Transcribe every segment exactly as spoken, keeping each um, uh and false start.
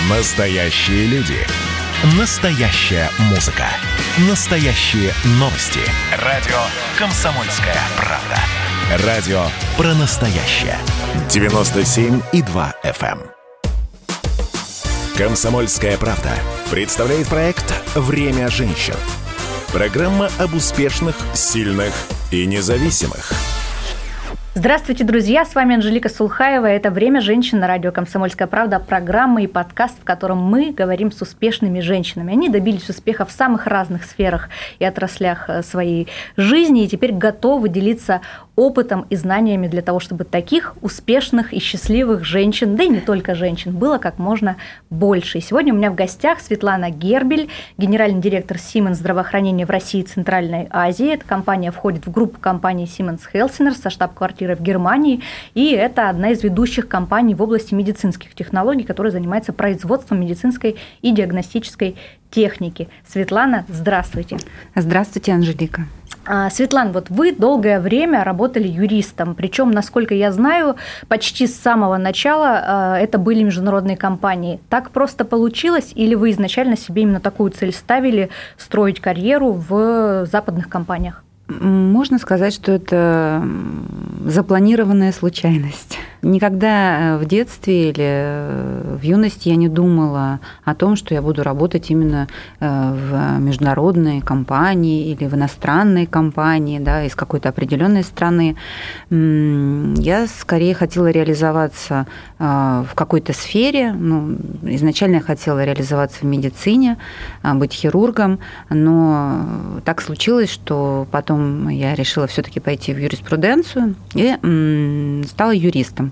Настоящие люди. Настоящая музыка. Настоящие новости. Радио «Комсомольская правда». Радио про настоящее. девяносто семь и два эф эм. «Комсомольская правда» представляет проект «Время женщин». Программа об успешных, сильных и независимых. Здравствуйте, друзья! С вами Анжелика Сулхаева. Это «Время женщин» на радио «Комсомольская правда», программа и подкаст, в котором мы говорим с успешными женщинами. Они добились успеха в самых разных сферах и отраслях своей жизни и теперь готовы делиться опытом и знаниями для того, чтобы таких успешных и счастливых женщин, да и не только женщин, было как можно больше. И сегодня у меня в гостях Светлана Гербель, генеральный директор Siemens здравоохранения в России и Центральной Азии. Эта компания входит в группу компаний Siemens Healthineers со штаб-квартирой в Германии, и это одна из ведущих компаний в области медицинских технологий, которая занимается производством медицинской и диагностической техники. Светлана, здравствуйте. Здравствуйте, Анжелика. Светлана, вот вы долгое время работали юристом, причем, насколько я знаю, почти с самого начала это были международные компании. Так просто получилось, или вы изначально себе именно такую цель ставили – строить карьеру в западных компаниях? Можно сказать, что это запланированная случайность. Никогда в детстве или в юности я не думала о том, что я буду работать именно в международной компании или в иностранной компании, да, из какой-то определенной страны. Я скорее хотела реализоваться в какой-то сфере. Ну, изначально я хотела реализоваться в медицине, быть хирургом, но так случилось, что потом я решила все-таки пойти в юриспруденцию и стала юристом.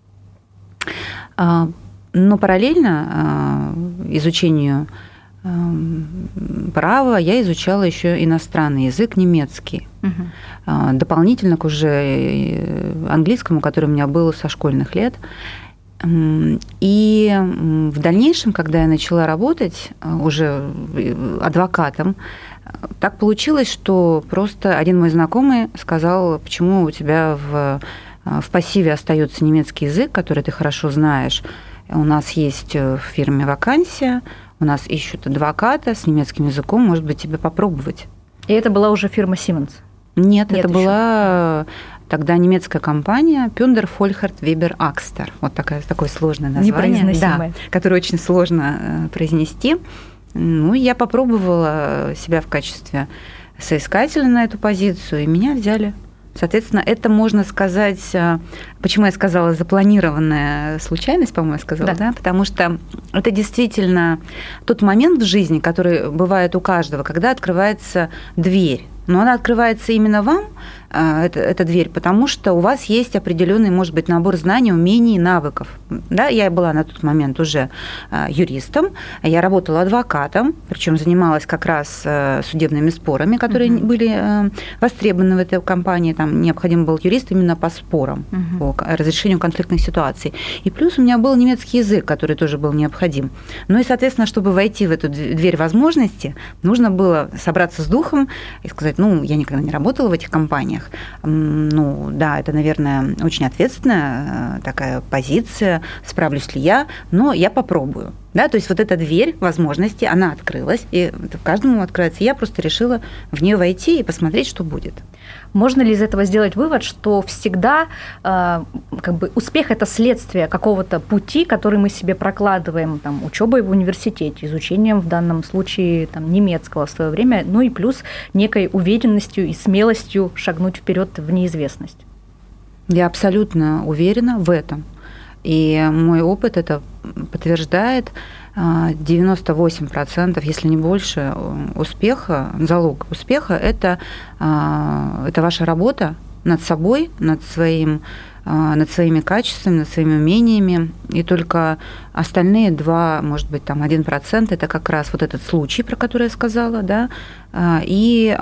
Но параллельно изучению права я изучала еще иностранный язык, немецкий, угу. дополнительно к уже английскому, который у меня был со школьных лет. И в дальнейшем, когда я начала работать уже адвокатом, так получилось, что просто один мой знакомый сказал, почему у тебя в, в пассиве остается немецкий язык, который ты хорошо знаешь. У нас есть в фирме вакансия, у нас ищут адвоката с немецким языком, может быть, тебе попробовать. И это была уже фирма Siemens? Нет, Нет это еще. была тогда немецкая компания Pünder Vollhart Weber Axter. Вот такое, такое сложное название, да, которое очень сложно произнести. Ну, я попробовала себя в качестве соискателя на эту позицию, и меня взяли. Соответственно, это, можно сказать, почему я сказала запланированная случайность, по-моему, я сказала, да. Да? Потому что это действительно тот момент в жизни, который бывает у каждого, когда открывается дверь. Но она открывается именно вам, эта, эта дверь, потому что у вас есть определенный, может быть, набор знаний, умений, навыков. Да, я была на тот момент уже юристом, я работала адвокатом, причем занималась как раз судебными спорами, которые uh-huh. были востребованы в этой компании. Там необходим был юрист именно по спорам, uh-huh. по разрешению конфликтных ситуаций. И плюс у меня был немецкий язык, который тоже был необходим. Ну и, соответственно, чтобы войти в эту дверь возможности, нужно было собраться с духом и сказать, ну, я никогда не работала в этих компаниях. Ну, да, это, наверное, очень ответственная такая позиция, справлюсь ли я, но я попробую. Да, то есть вот эта дверь возможностей, она открылась, и каждому открывается. Я просто решила в нее войти и посмотреть, что будет. Можно ли из этого сделать вывод, что всегда э, как бы успех – это следствие какого-то пути, который мы себе прокладываем, там, учебой в университете, изучением в данном случае там, немецкого в свое время, ну и плюс некой уверенностью и смелостью шагнуть вперед в неизвестность? Я абсолютно уверена в этом. И мой опыт это подтверждает. девяносто восемь процентов, если не больше, успеха, залог успеха – это, это ваша работа над собой, над, своим, над своими качествами, над своими умениями. И только остальные два, может быть, там один процент – это как раз вот этот случай, про который я сказала, да, и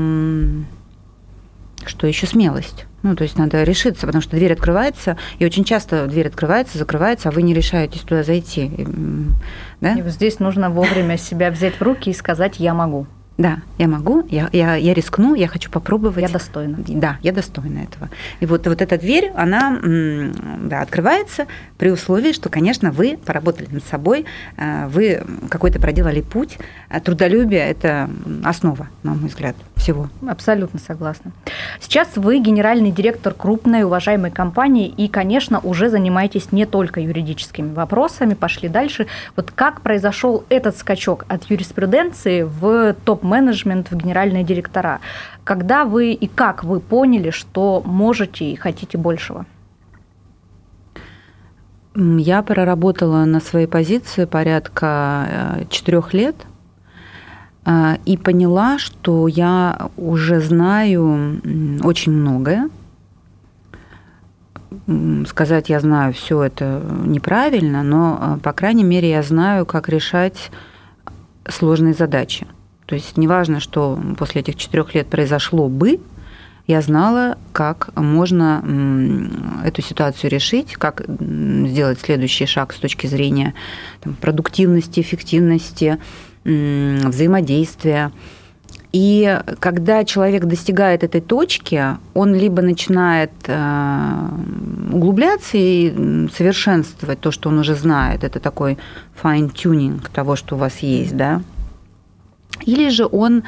что еще смелость. Ну, то есть надо решиться, потому что дверь открывается, и очень часто дверь открывается, закрывается, а вы не решаетесь туда зайти. Да? И вот здесь нужно вовремя себя взять в руки и сказать «я могу». Да, я могу, я, я, я рискну, я хочу попробовать. Я достойна. Да, я достойна этого. И вот, вот эта дверь, она да, открывается при условии, что, конечно, вы поработали над собой, вы какой-то проделали путь. Трудолюбие – это основа, на мой взгляд, всего. Абсолютно согласна. Сейчас вы генеральный директор крупной уважаемой компании и, конечно, уже занимаетесь не только юридическими вопросами. Пошли дальше. Вот как произошел этот скачок от юриспруденции в топ-менеджмент, в генеральные директора? Когда вы и как вы поняли, что можете и хотите большего? Я проработала на своей позиции порядка четырех лет и поняла, что я уже знаю очень многое. Сказать я знаю все это неправильно, но, по крайней мере, я знаю, как решать сложные задачи. То есть неважно, что после этих четырех лет произошло бы, я знала, как можно эту ситуацию решить, как сделать следующий шаг с точки зрения там, продуктивности, эффективности, взаимодействия. И когда человек достигает этой точки, он либо начинает углубляться и совершенствовать то, что он уже знает, это такой fine-tuning того, что у вас есть, да, или же он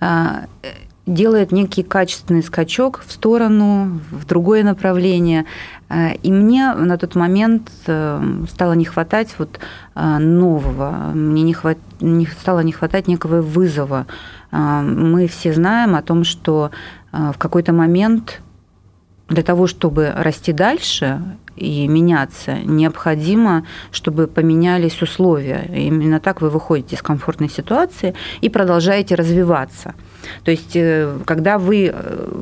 делает некий качественный скачок в сторону, в другое направление. И мне на тот момент стало не хватать вот нового, мне не, хват... не стало не хватать некого вызова. Мы все знаем о том, что в какой-то момент для того, чтобы расти дальше и меняться, необходимо, чтобы поменялись условия. И именно так вы выходите из комфортной ситуации и продолжаете развиваться. То есть, когда вы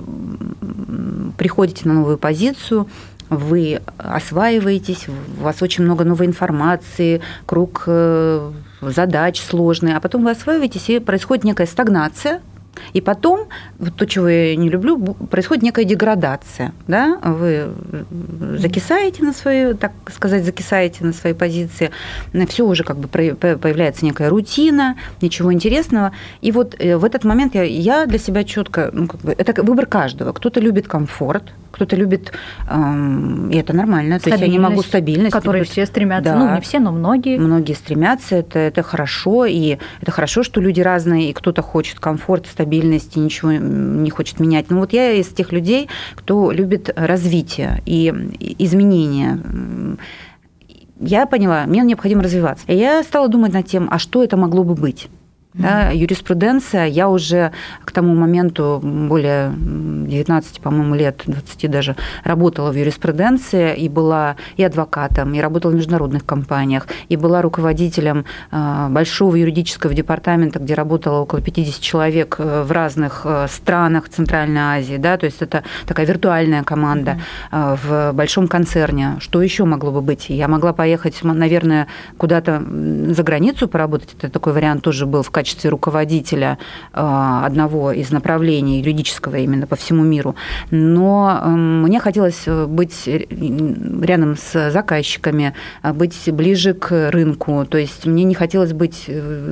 приходите на новую позицию, вы осваиваетесь, у вас очень много новой информации, круг задач сложный, а потом вы осваиваетесь, и происходит некая стагнация. И потом, вот то, чего я не люблю, происходит некая деградация. Да? Вы закисаете на своей, так сказать, закисаете на своей позиции, все уже как бы появляется некая рутина, ничего интересного. И вот в этот момент я, я для себя четко, ну, как бы, это выбор каждого. Кто-то любит комфорт, кто-то любит, эм, и это нормально, то есть я не могу стабильность. К которой все стремятся, да. Ну, не все, но многие. Многие стремятся, это, это хорошо, и это хорошо, что люди разные, и кто-то хочет комфорт, стабильность, и ничего не хочет менять. Но вот я из тех людей, кто любит развитие и изменения. Я поняла, мне необходимо развиваться. И я стала думать над тем, а что это могло бы быть? Да, юриспруденция, я уже к тому моменту более девятнадцати, по-моему, лет, двадцати даже, работала в юриспруденции и была и адвокатом, и работала в международных компаниях, и была руководителем большого юридического департамента, где работало около пятидесяти человек в разных странах Центральной Азии, да, то есть это такая виртуальная команда mm-hmm. в большом концерне. Что еще могло бы быть? Я могла поехать, наверное, куда-то за границу поработать, это такой вариант тоже был в качестве руководителя одного из направлений юридического именно по всему миру. Но мне хотелось быть рядом с заказчиками, быть ближе к рынку. То есть мне не хотелось быть,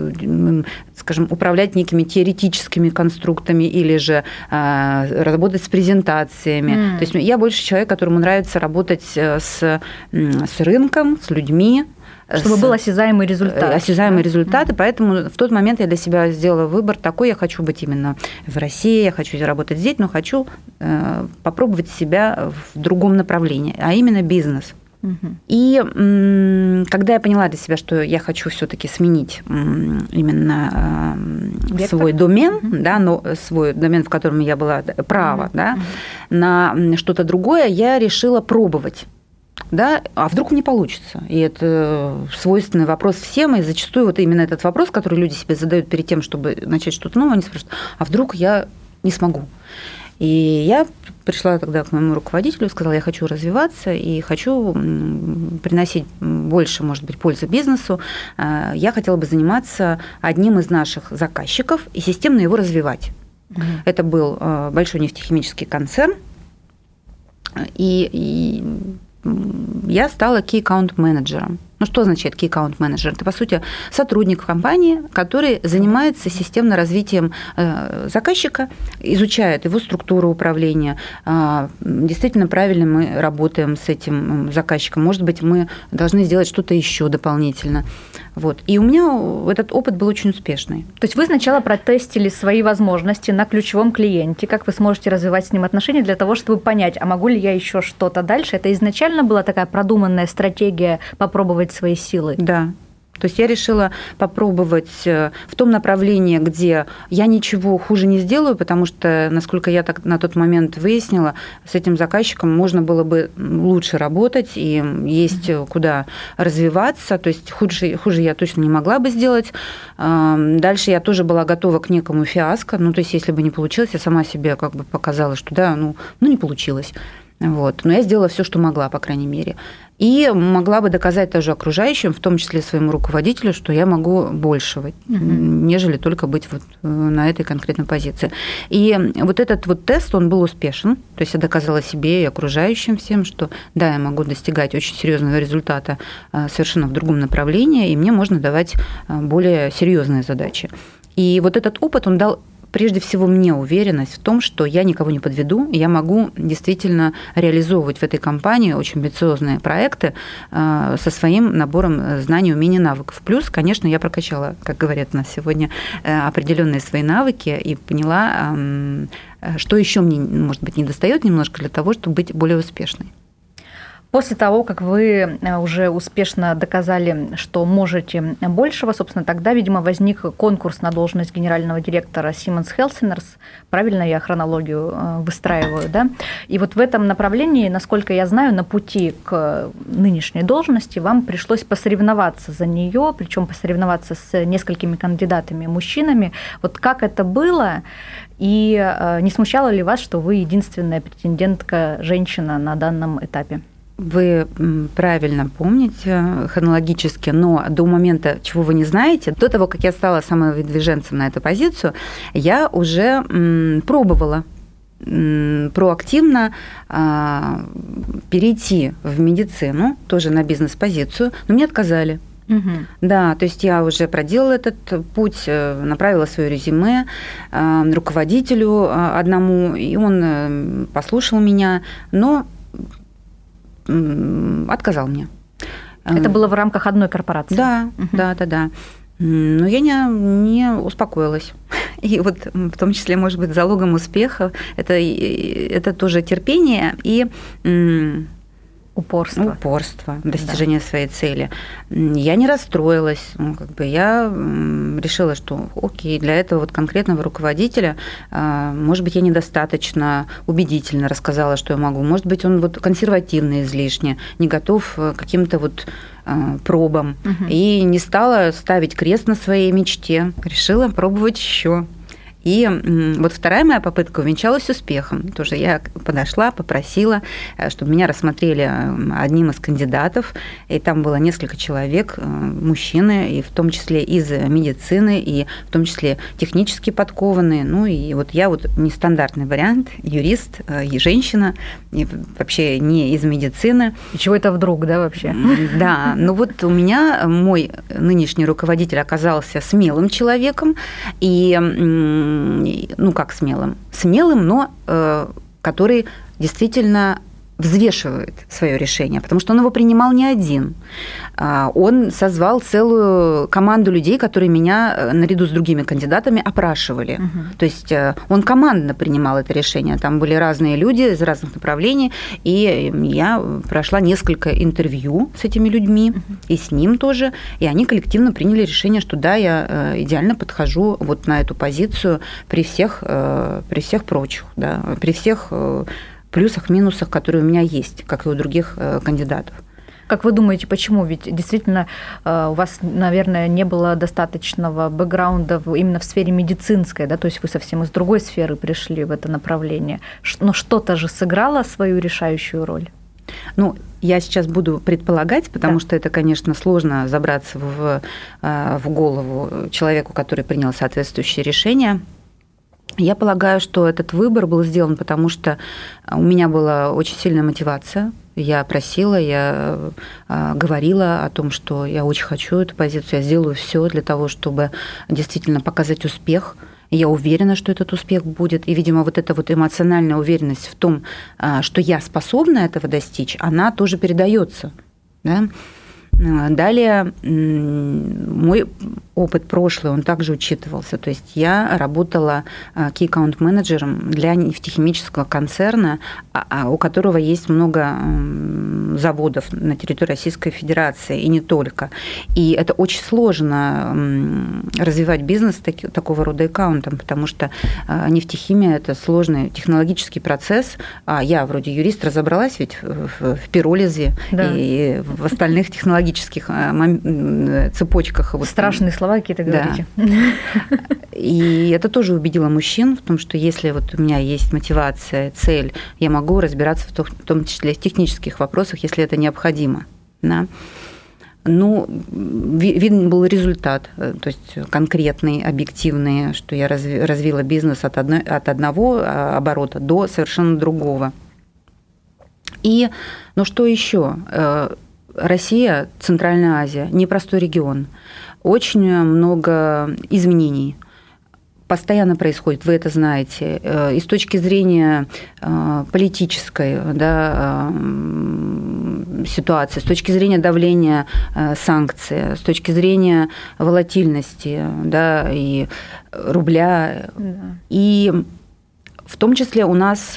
скажем, управлять некими теоретическими конструктами или же работать с презентациями. Mm. То есть я больше человек, которому нравится работать с, с рынком, с людьми, чтобы был осязаемый результат. Осязаемые да? результаты, mm-hmm. поэтому в тот момент я для себя сделала выбор такой, я хочу быть именно в России, я хочу работать здесь, но хочу э, попробовать себя в другом направлении, а именно бизнес. Mm-hmm. И м, когда я поняла для себя, что я хочу все-таки сменить м, именно э, свой домен, mm-hmm. да, но свой домен, в котором я была право, mm-hmm. да, mm-hmm. на что-то другое, я решила пробовать. Да, а вдруг не получится? И это свойственный вопрос всем, и зачастую вот именно этот вопрос, который люди себе задают перед тем, чтобы начать что-то новое, они спрашивают, а вдруг я не смогу? И я пришла тогда к моему руководителю, сказала, я хочу развиваться и хочу приносить больше, может быть, пользы бизнесу. Я хотела бы заниматься одним из наших заказчиков и системно его развивать. Mm-hmm. Это был большой нефтехимический концерн, и, и я стала key account менеджером. Ну, что означает Key Account Manager? Это, по сути, сотрудник компании, который занимается системным развитием заказчика, изучает его структуру управления. Действительно правильно мы работаем с этим заказчиком. Может быть, мы должны сделать что-то еще дополнительно. Вот. И у меня этот опыт был очень успешный. То есть вы сначала протестили свои возможности на ключевом клиенте, как вы сможете развивать с ним отношения для того, чтобы понять, а могу ли я еще что-то дальше? Это изначально была такая продуманная стратегия попробовать свои силы? Да. То есть я решила попробовать в том направлении, где я ничего хуже не сделаю, потому что, насколько я так на тот момент выяснила, с этим заказчиком можно было бы лучше работать, и есть куда развиваться. То есть хуже, хуже я точно не могла бы сделать. Дальше я тоже была готова к некому фиаско. Ну, то есть если бы не получилось, я сама себе как бы показала, что да, ну, ну не получилось. Вот. Но я сделала все, что могла, по крайней мере. И могла бы доказать тоже окружающим, в том числе своему руководителю, что я могу большего, угу. нежели только быть вот на этой конкретной позиции. И вот этот вот тест, он был успешен. То есть я доказала себе и окружающим всем, что да, я могу достигать очень серьезного результата совершенно в другом направлении, и мне можно давать более серьезные задачи. И вот этот опыт, он дал прежде всего мне уверенность в том, что я никого не подведу, и я могу действительно реализовывать в этой компании очень амбициозные проекты со своим набором знаний, умений, навыков. Плюс, конечно, я прокачала, как говорят у нас сегодня, определенные свои навыки и поняла, что еще мне, может быть, недостает немножко для того, чтобы быть более успешной. После того, как вы уже успешно доказали, что можете большего, собственно, тогда, видимо, возник конкурс на должность генерального директора Siemens Healthineers. Правильно я хронологию выстраиваю, да? И вот в этом направлении, насколько я знаю, на пути к нынешней должности вам пришлось посоревноваться за нее, причем посоревноваться с несколькими кандидатами-мужчинами. Вот как это было? И не смущало ли вас, что вы единственная претендентка женщина на данном этапе? Вы правильно помните хронологически, но до момента, чего вы не знаете, до того, как я стала самовыдвиженцем на эту позицию, я уже пробовала проактивно перейти в медицину, тоже на бизнес-позицию, но мне отказали. Угу. Да, то есть я уже проделала этот путь, направила свое резюме руководителю одному, и он послушал меня, но отказал мне. Это было в рамках одной корпорации? Да, угу. да, да, да. Но я не, не успокоилась. И вот в том числе, может быть, залогом успеха это, это тоже терпение и упорство. Упорство, достижение да. своей цели. Я не расстроилась. Ну, как бы я решила, что окей, для этого вот конкретного руководителя, может быть, я недостаточно убедительно рассказала, что я могу. Может быть, он вот консервативный излишне, не готов к каким-то вот пробам. Угу. И не стала ставить крест на своей мечте. Решила пробовать еще. И вот вторая моя попытка увенчалась успехом. Тоже я подошла, попросила, чтобы меня рассмотрели одним из кандидатов. И там было несколько человек, мужчины, и в том числе из медицины, и в том числе технически подкованные. Ну и вот я вот нестандартный вариант, юрист, и женщина, и вообще не из медицины. И чего это вдруг, да, вообще? Да, ну вот у меня мой нынешний руководитель оказался смелым человеком, и ну, как смелым? Смелым, но э, который действительно взвешивает свое решение, потому что он его принимал не один. Он созвал целую команду людей, которые меня наряду с другими кандидатами опрашивали. Угу. То есть он командно принимал это решение. Там были разные люди из разных направлений, и я прошла несколько интервью с этими людьми, угу. и с ним тоже, и они коллективно приняли решение, что да, я идеально подхожу вот на эту позицию при всех, при всех прочих, да, при всех плюсах, минусах, которые у меня есть, как и у других кандидатов. Как вы думаете, почему? Ведь действительно у вас, наверное, не было достаточного бэкграунда именно в сфере медицинской, да, то есть вы совсем из другой сферы пришли в это направление. Но что-то же сыграло свою решающую роль? Ну, я сейчас буду предполагать, потому да. что это, конечно, сложно забраться в, в голову человеку, который принял соответствующее решение. Я полагаю, что этот выбор был сделан, потому что у меня была очень сильная мотивация. Я просила, я говорила о том, что я очень хочу эту позицию, я сделаю все для того, чтобы действительно показать успех. Я уверена, что этот успех будет. И, видимо, вот эта вот эмоциональная уверенность в том, что я способна этого достичь, она тоже передается. Да? Далее мой опыт прошлый, он также учитывался. То есть я работала key account менеджером для нефтехимического концерна, у которого есть много заводов на территории Российской Федерации, и не только. И это очень сложно развивать бизнес такого рода аккаунтом, потому что нефтехимия – это сложный технологический процесс. А я, вроде юрист, разобралась ведь в пиролизе, да, и в остальных технологических цепочках. Страшные слова какие-то говорите. Да. И это тоже убедило мужчин в том, что если вот у меня есть мотивация, цель, я могу разбираться в том числе в технических вопросах, если это необходимо. Да. Ну, виден был результат, то есть конкретный, объективный, что я развила бизнес от, одной, от одного оборота до совершенно другого. И, ну что еще? Россия, Центральная Азия, непростой регион. Очень много изменений постоянно происходит, вы это знаете. И с точки зрения политической, да, ситуации, с точки зрения давления санкций, с точки зрения волатильности, да, и рубля. Да. И в том числе у нас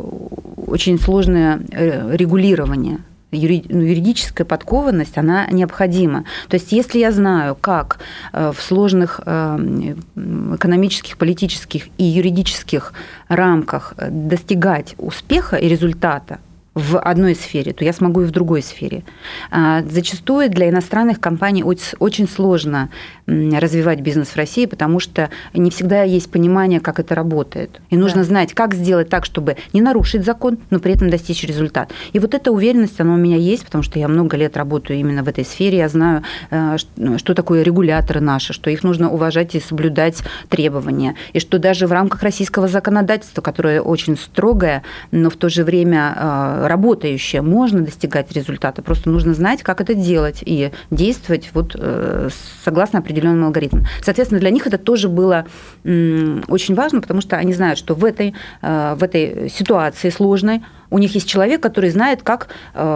очень сложное регулирование. Юридическая подкованность, она необходима. То есть если я знаю, как в сложных экономических, политических и юридических рамках достигать успеха и результата в одной сфере, то я смогу и в другой сфере. Зачастую для иностранных компаний очень сложно развивать бизнес в России, потому что не всегда есть понимание, как это работает. И нужно, да, знать, как сделать так, чтобы не нарушить закон, но при этом достичь результат. И вот эта уверенность, она у меня есть, потому что я много лет работаю именно в этой сфере. Я знаю, что такое регуляторы наши, что их нужно уважать и соблюдать требования. И что даже в рамках российского законодательства, которое очень строгое, но в то же время работающее, можно достигать результата. Просто нужно знать, как это делать и действовать вот согласно определенному алгоритму. Соответственно, для них это тоже было очень важно, потому что они знают, что в этой, в этой ситуации сложной у них есть человек, который знает, как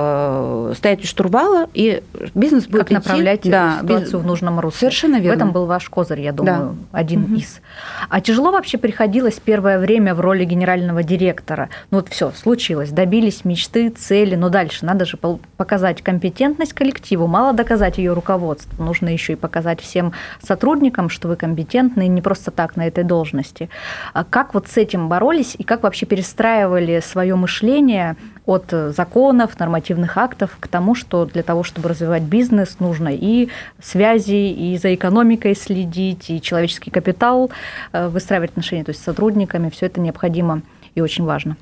э, стоять у штурвала, и бизнес будет как идти. Направлять да, ситуацию без... в нужном русле. Совершенно верно. В этом был ваш козырь, я думаю, да, один угу. из. А тяжело вообще приходилось первое время в роли генерального директора? Ну вот все случилось, добились мечты, цели, но дальше надо же показать компетентность коллективу, мало доказать ее руководству, нужно еще и показать всем сотрудникам, что вы компетентны, не просто так на этой должности. А как вот с этим боролись и как вообще перестраивали свое мышление от законов, нормативных актов к тому, что для того, чтобы развивать бизнес, нужно и связи, и за экономикой следить, и человеческий капитал выстраивать отношения, то есть с сотрудниками, все это необходимо и очень важно.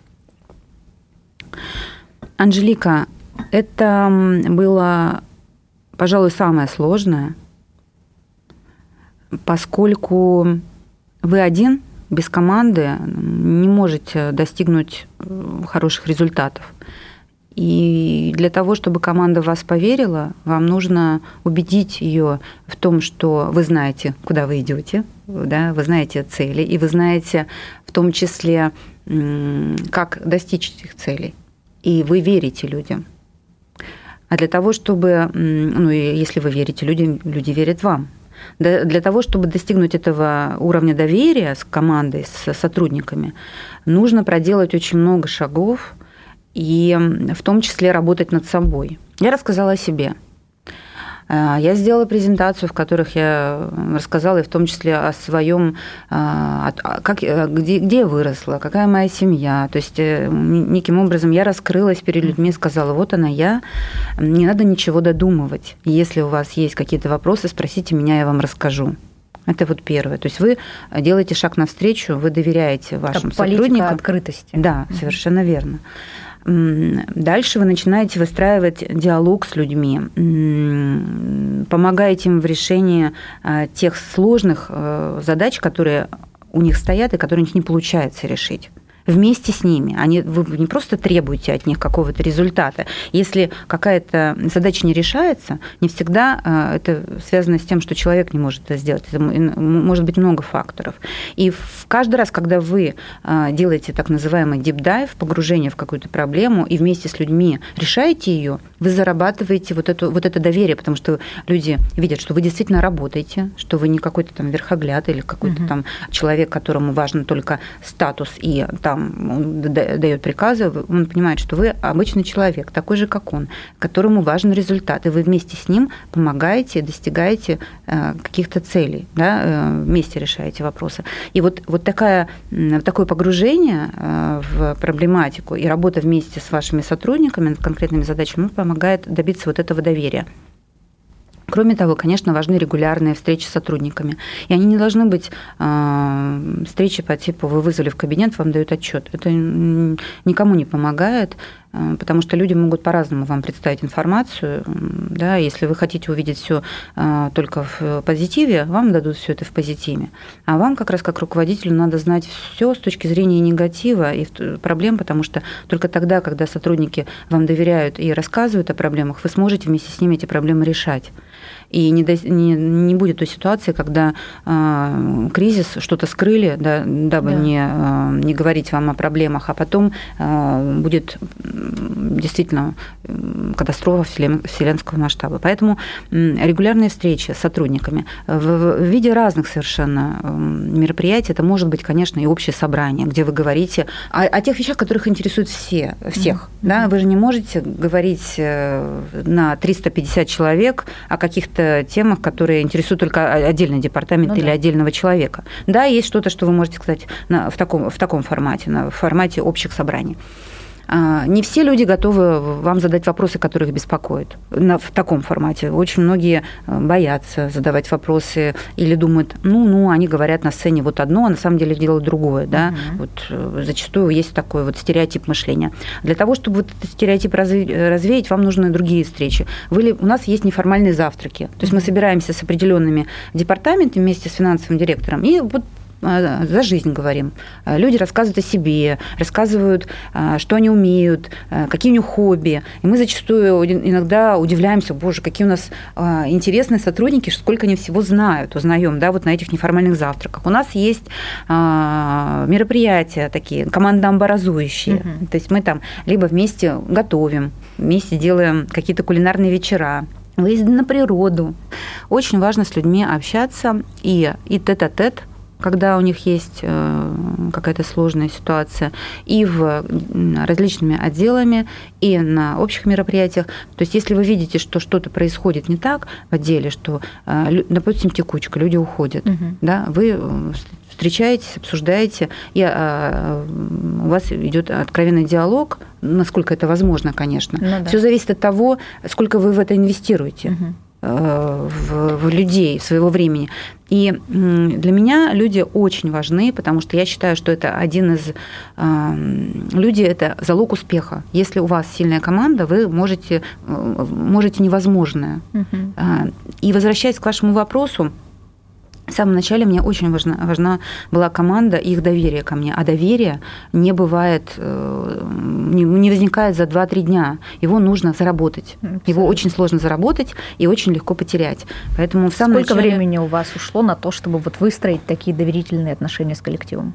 Анжелика, это было, пожалуй, самое сложное, поскольку вы один без команды не можете достигнуть хороших результатов. И для того, чтобы команда в вас поверила, вам нужно убедить ее в том, что вы знаете, куда вы идете, да, вы знаете цели, и вы знаете в том числе, как достичь этих целей. И вы верите людям. А для того, чтобы, ну, если вы верите людям, люди верят вам. Для того, чтобы достигнуть этого уровня доверия с командой, с сотрудниками, нужно проделать очень много шагов и в том числе работать над собой. Я рассказала о себе. Я сделала презентацию, в которых я рассказала и в том числе о своем, как, где, где я выросла, какая моя семья. То есть неким образом я раскрылась перед людьми и сказала, вот она я, не надо ничего додумывать. Если у вас есть какие-то вопросы, спросите меня, я вам расскажу. Это вот первое. То есть вы делаете шаг навстречу, вы доверяете вашим это сотрудникам. Политика открытости. Да, совершенно верно. Дальше вы начинаете выстраивать диалог с людьми, помогаете им в решении тех сложных задач, которые у них стоят и которые у них не получается решить. Вместе с ними. Они, вы не просто требуете от них какого-то результата. Если какая-то задача не решается, не всегда это связано с тем, что человек не может это сделать. Это может быть много факторов. И каждый раз, когда вы делаете так называемый deep dive, погружение в какую-то проблему, и вместе с людьми решаете ее, вы зарабатываете вот, эту, вот это доверие, потому что люди видят, что вы действительно работаете, что вы не какой-то там верхогляд или какой-то mm-hmm. там человек, которому важен только статус и там он дает приказы, он понимает, что вы обычный человек, такой же, как он, которому важен результат, и вы вместе с ним помогаете, достигаете каких-то целей, да, вместе решаете вопросы. И вот, вот такая, такое погружение в проблематику и работа вместе с вашими сотрудниками над конкретными задачами помогает добиться вот этого доверия. Кроме того, конечно, важны регулярные встречи с сотрудниками. И они не должны быть э, встречи по типу «вы вызвали в кабинет, вам дают отчет». Это никому не помогает, э, потому что люди могут по-разному вам представить информацию. Да, если вы хотите увидеть все э, только в позитиве, вам дадут все это в позитиве. А вам как раз как руководителю надо знать все с точки зрения негатива и проблем, потому что только тогда, когда сотрудники вам доверяют и рассказывают о проблемах, вы сможете вместе с ними эти проблемы решать. И не, до, не, не будет той ситуации, когда э, кризис, что-то скрыли, да, дабы да. Не, э, не говорить вам о проблемах, а потом э, будет действительно катастрофа вселен, вселенского масштаба. Поэтому э, регулярные встречи с сотрудниками в, в виде разных совершенно мероприятий, это может быть, конечно, и общее собрание, где вы говорите о, о тех вещах, которых интересуют все, всех. Mm-hmm. Да? Вы же не можете говорить на триста пятьдесят человек о каких-то темах, которые интересуют только отдельный департамент ну, или да. отдельного человека. Да, есть что-то, что вы можете сказать на, в, таком, в таком формате, на, в формате общих собраний. Не все люди готовы вам задать вопросы, которые их беспокоят в таком формате. Очень многие боятся задавать вопросы или думают, ну-ну, они говорят на сцене вот одно, а на самом деле делают другое. Да? Uh-huh. Вот зачастую есть такой вот стереотип мышления. Для того, чтобы вот этот стереотип развеять, вам нужны другие встречи. Вы, у нас есть неформальные завтраки. То есть uh-huh. мы собираемся с определенными департаментами вместе с финансовым директором и вот за жизнь говорим. Люди рассказывают о себе, рассказывают, что они умеют, какие у них хобби. И мы зачастую иногда удивляемся, боже, какие у нас интересные сотрудники, сколько они всего знают, узнаем, да, вот на этих неформальных завтраках. У нас есть мероприятия такие, командообразующие. Uh-huh. То есть мы там либо вместе готовим, вместе делаем какие-то кулинарные вечера, выезды на природу. Очень важно с людьми общаться и, и тет-а-тет, когда у них есть какая-то сложная ситуация, и в различными отделами, и на общих мероприятиях. То есть если вы видите, что что-то происходит не так в отделе, что, допустим, текучка, люди уходят, угу. да, вы встречаетесь, обсуждаете, и у вас идет откровенный диалог, насколько это возможно, конечно. Ну, да. Все зависит от того, сколько вы в это инвестируете. Угу. В, в людей, своего времени. И для меня люди очень важны, потому что я считаю, что это один из... Люди – это залог успеха. Если у вас сильная команда, вы можете, можете невозможное. Uh-huh. И возвращаясь к вашему вопросу, в самом начале мне очень важна, важна была команда и их доверие ко мне. А доверие не бывает, не, не возникает за два-три дня. Его нужно заработать. Абсолютно. Его очень сложно заработать и очень легко потерять. Поэтому в самом Сколько начале... времени у вас ушло на то, чтобы вот выстроить такие доверительные отношения с коллективом?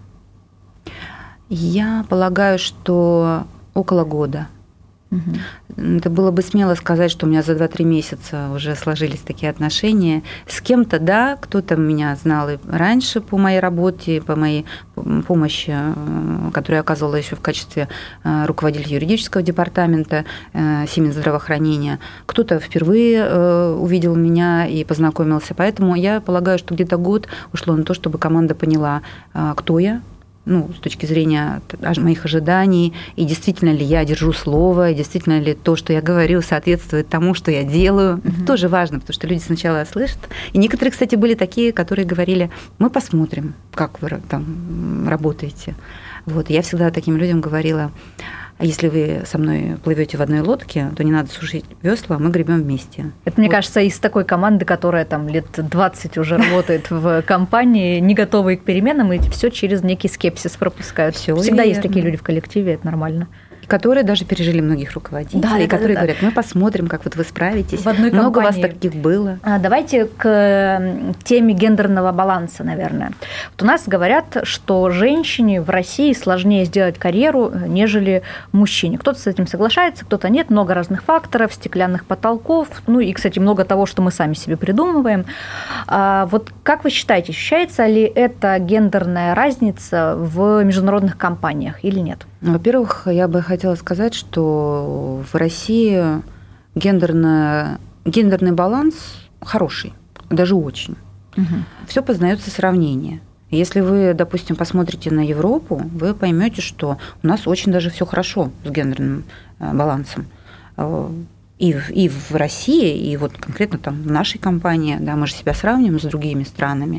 Я полагаю, что около года. Угу. Это было бы смело сказать, что у меня за два-три месяца уже сложились такие отношения. С кем-то, да, кто-то меня знал и раньше по моей работе, по моей помощи, которую я оказывала еще в качестве руководителя юридического департамента Siemens здравоохранения. Кто-то впервые увидел меня и познакомился. Поэтому я полагаю, что где-то год ушло на то, чтобы команда поняла, кто я, ну, с точки зрения моих ожиданий, и действительно ли я держу слово, и действительно ли то, что я говорю, соответствует тому, что я делаю. Mm-hmm. Это тоже важно, потому что люди сначала слышат. И некоторые, кстати, были такие, которые говорили, мы посмотрим, как вы там работаете. Вот. Я всегда таким людям говорила, а если вы со мной плывете в одной лодке, то не надо сушить весла, мы гребем вместе. Это, мне вот. кажется, из такой команды, которая там лет двадцать уже работает в компании, не готовые к переменам, и все через некий скепсис пропускают. Всё Всегда верно. Есть такие люди в коллективе, это нормально. Которые даже пережили многих руководителей, да, и которые да, да. говорят, мы посмотрим, как вот вы справитесь. В одной Много компании. вас таких было. Давайте к теме гендерного баланса, наверное. Вот у нас говорят, что женщине в России сложнее сделать карьеру, нежели мужчине. Кто-то с этим соглашается, кто-то нет. Много разных факторов, стеклянных потолков. Ну и, кстати, много того, что мы сами себе придумываем. А вот как вы считаете, ощущается ли эта гендерная разница в международных компаниях или нет? Во-первых, я бы хотела сказать, что в России гендерная, гендерный баланс хороший, даже очень. Угу. Все познается сравнение. Если вы, допустим, посмотрите на Европу, вы поймете, что у нас очень даже все хорошо с гендерным балансом. И в, и в России, и вот конкретно там в нашей компании, да, мы же себя сравниваем с другими странами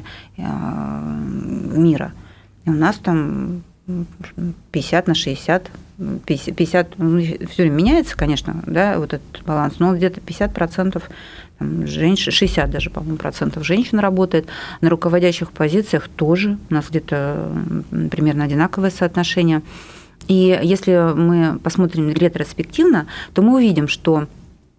мира. И у нас там пятьдесят на шестьдесят, пятьдесят, ну, все время меняется, конечно, да, вот этот баланс, но где-то пятьдесят процентов женщин, шестьдесят даже, по-моему, процентов женщин работает. На руководящих позициях тоже у нас где-то примерно одинаковое соотношение. И если мы посмотрим ретроспективно, то мы увидим, что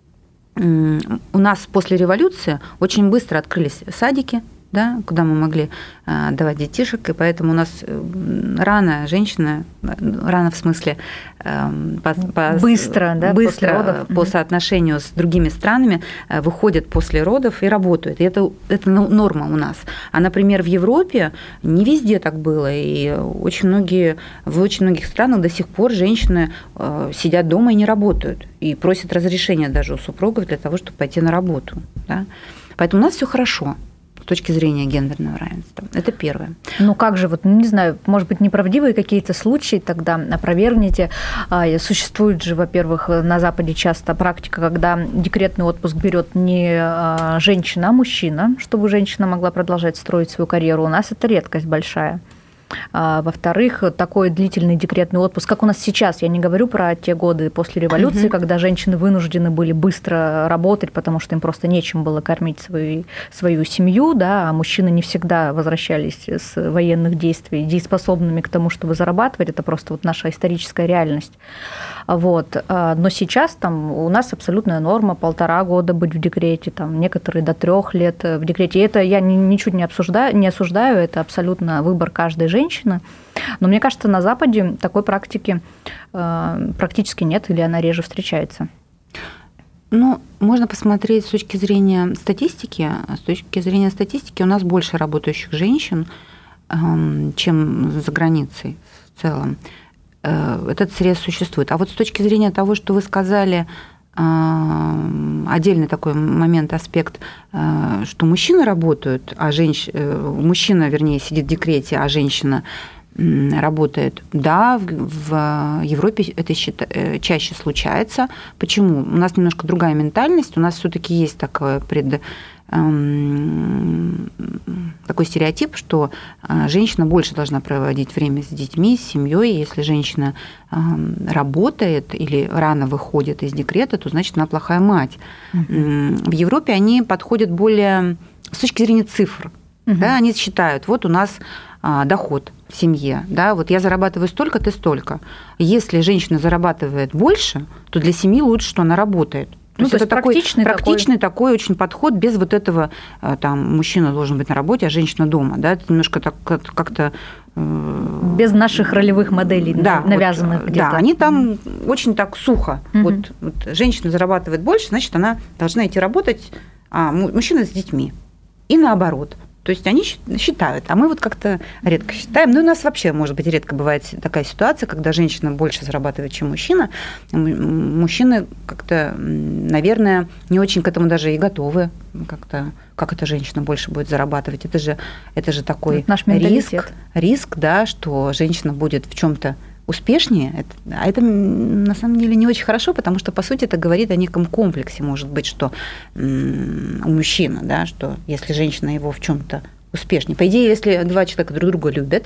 у нас после революции очень быстро открылись садики, да, куда мы могли давать детишек, и поэтому у нас рано женщина, рано в смысле по, по, быстро, да, быстро после родов. По соотношению с другими странами выходят после родов и работают. И это, это норма у нас. А, например, в Европе не везде так было, и очень многие, в очень многих странах до сих пор женщины сидят дома и не работают, и просят разрешения даже у супругов для того, чтобы пойти на работу. Да? Поэтому у нас все хорошо с точки зрения гендерного равенства. Это первое. Ну как же, вот, не знаю, может быть, неправдивые какие-то случаи, тогда опровергните. Существует же, во-первых, на Западе часто практика, когда декретный отпуск берет не женщина, а мужчина, чтобы женщина могла продолжать строить свою карьеру. У нас это редкость большая. Во-вторых, такой длительный декретный отпуск, как у нас сейчас, я не говорю про те годы после революции, угу. когда женщины вынуждены были быстро работать, потому что им просто нечем было кормить свою, свою семью, да, а мужчины не всегда возвращались с военных действий дееспособными к тому, чтобы зарабатывать, это просто вот наша историческая реальность. Вот. Но сейчас там у нас абсолютная норма полтора года быть в декрете, там, некоторые до трех лет в декрете. И это я ничуть не обсуждаю, не осуждаю, это абсолютно выбор каждой женщины. Но мне кажется, на Западе такой практики практически нет, или она реже встречается. Ну, можно посмотреть с точки зрения статистики. С точки зрения статистики у нас больше работающих женщин, чем за границей в целом. Этот срез существует. А вот с точки зрения того, что вы сказали, отдельный такой момент, аспект, что мужчины работают, а женщ... мужчина, вернее, сидит в декрете, а женщина работает. Да, в Европе это чаще случается. Почему? У нас немножко другая ментальность, у нас все-таки есть такое пред... такой стереотип, что женщина больше должна проводить время с детьми, с семьей. Если женщина работает или рано выходит из декрета, то значит она плохая мать. Uh-huh. В Европе они подходят более с точки зрения цифр. Uh-huh. Да, они считают, вот у нас доход в семье, да, вот я зарабатываю столько, ты столько. Если женщина зарабатывает больше, то для семьи лучше, что она работает. То ну, то это такой практичный, практичный такой... такой очень подход, без вот этого, там, мужчина должен быть на работе, а женщина дома. Да? Это немножко так как-то... Без наших ролевых моделей, да, навязанных вот, где-то. Да, они там mm-hmm. очень так сухо. Mm-hmm. Вот, вот женщина зарабатывает больше, значит, она должна идти работать, а мужчина с детьми. И наоборот. То есть они считают, а мы вот как-то редко считаем. Ну, у нас вообще, может быть, редко бывает такая ситуация, когда женщина больше зарабатывает, чем мужчина. Мужчины как-то, наверное, не очень к этому даже и готовы. Как-то, как эта женщина больше будет зарабатывать? Это же, это же такой это наш риск, риск, да, что женщина будет в чем-то успешнее, это, а это на самом деле не очень хорошо, потому что, по сути, это говорит о неком комплексе, может быть, что м- у мужчины, да, что если женщина его в чем-то успешнее. По идее, если два человека друг друга любят,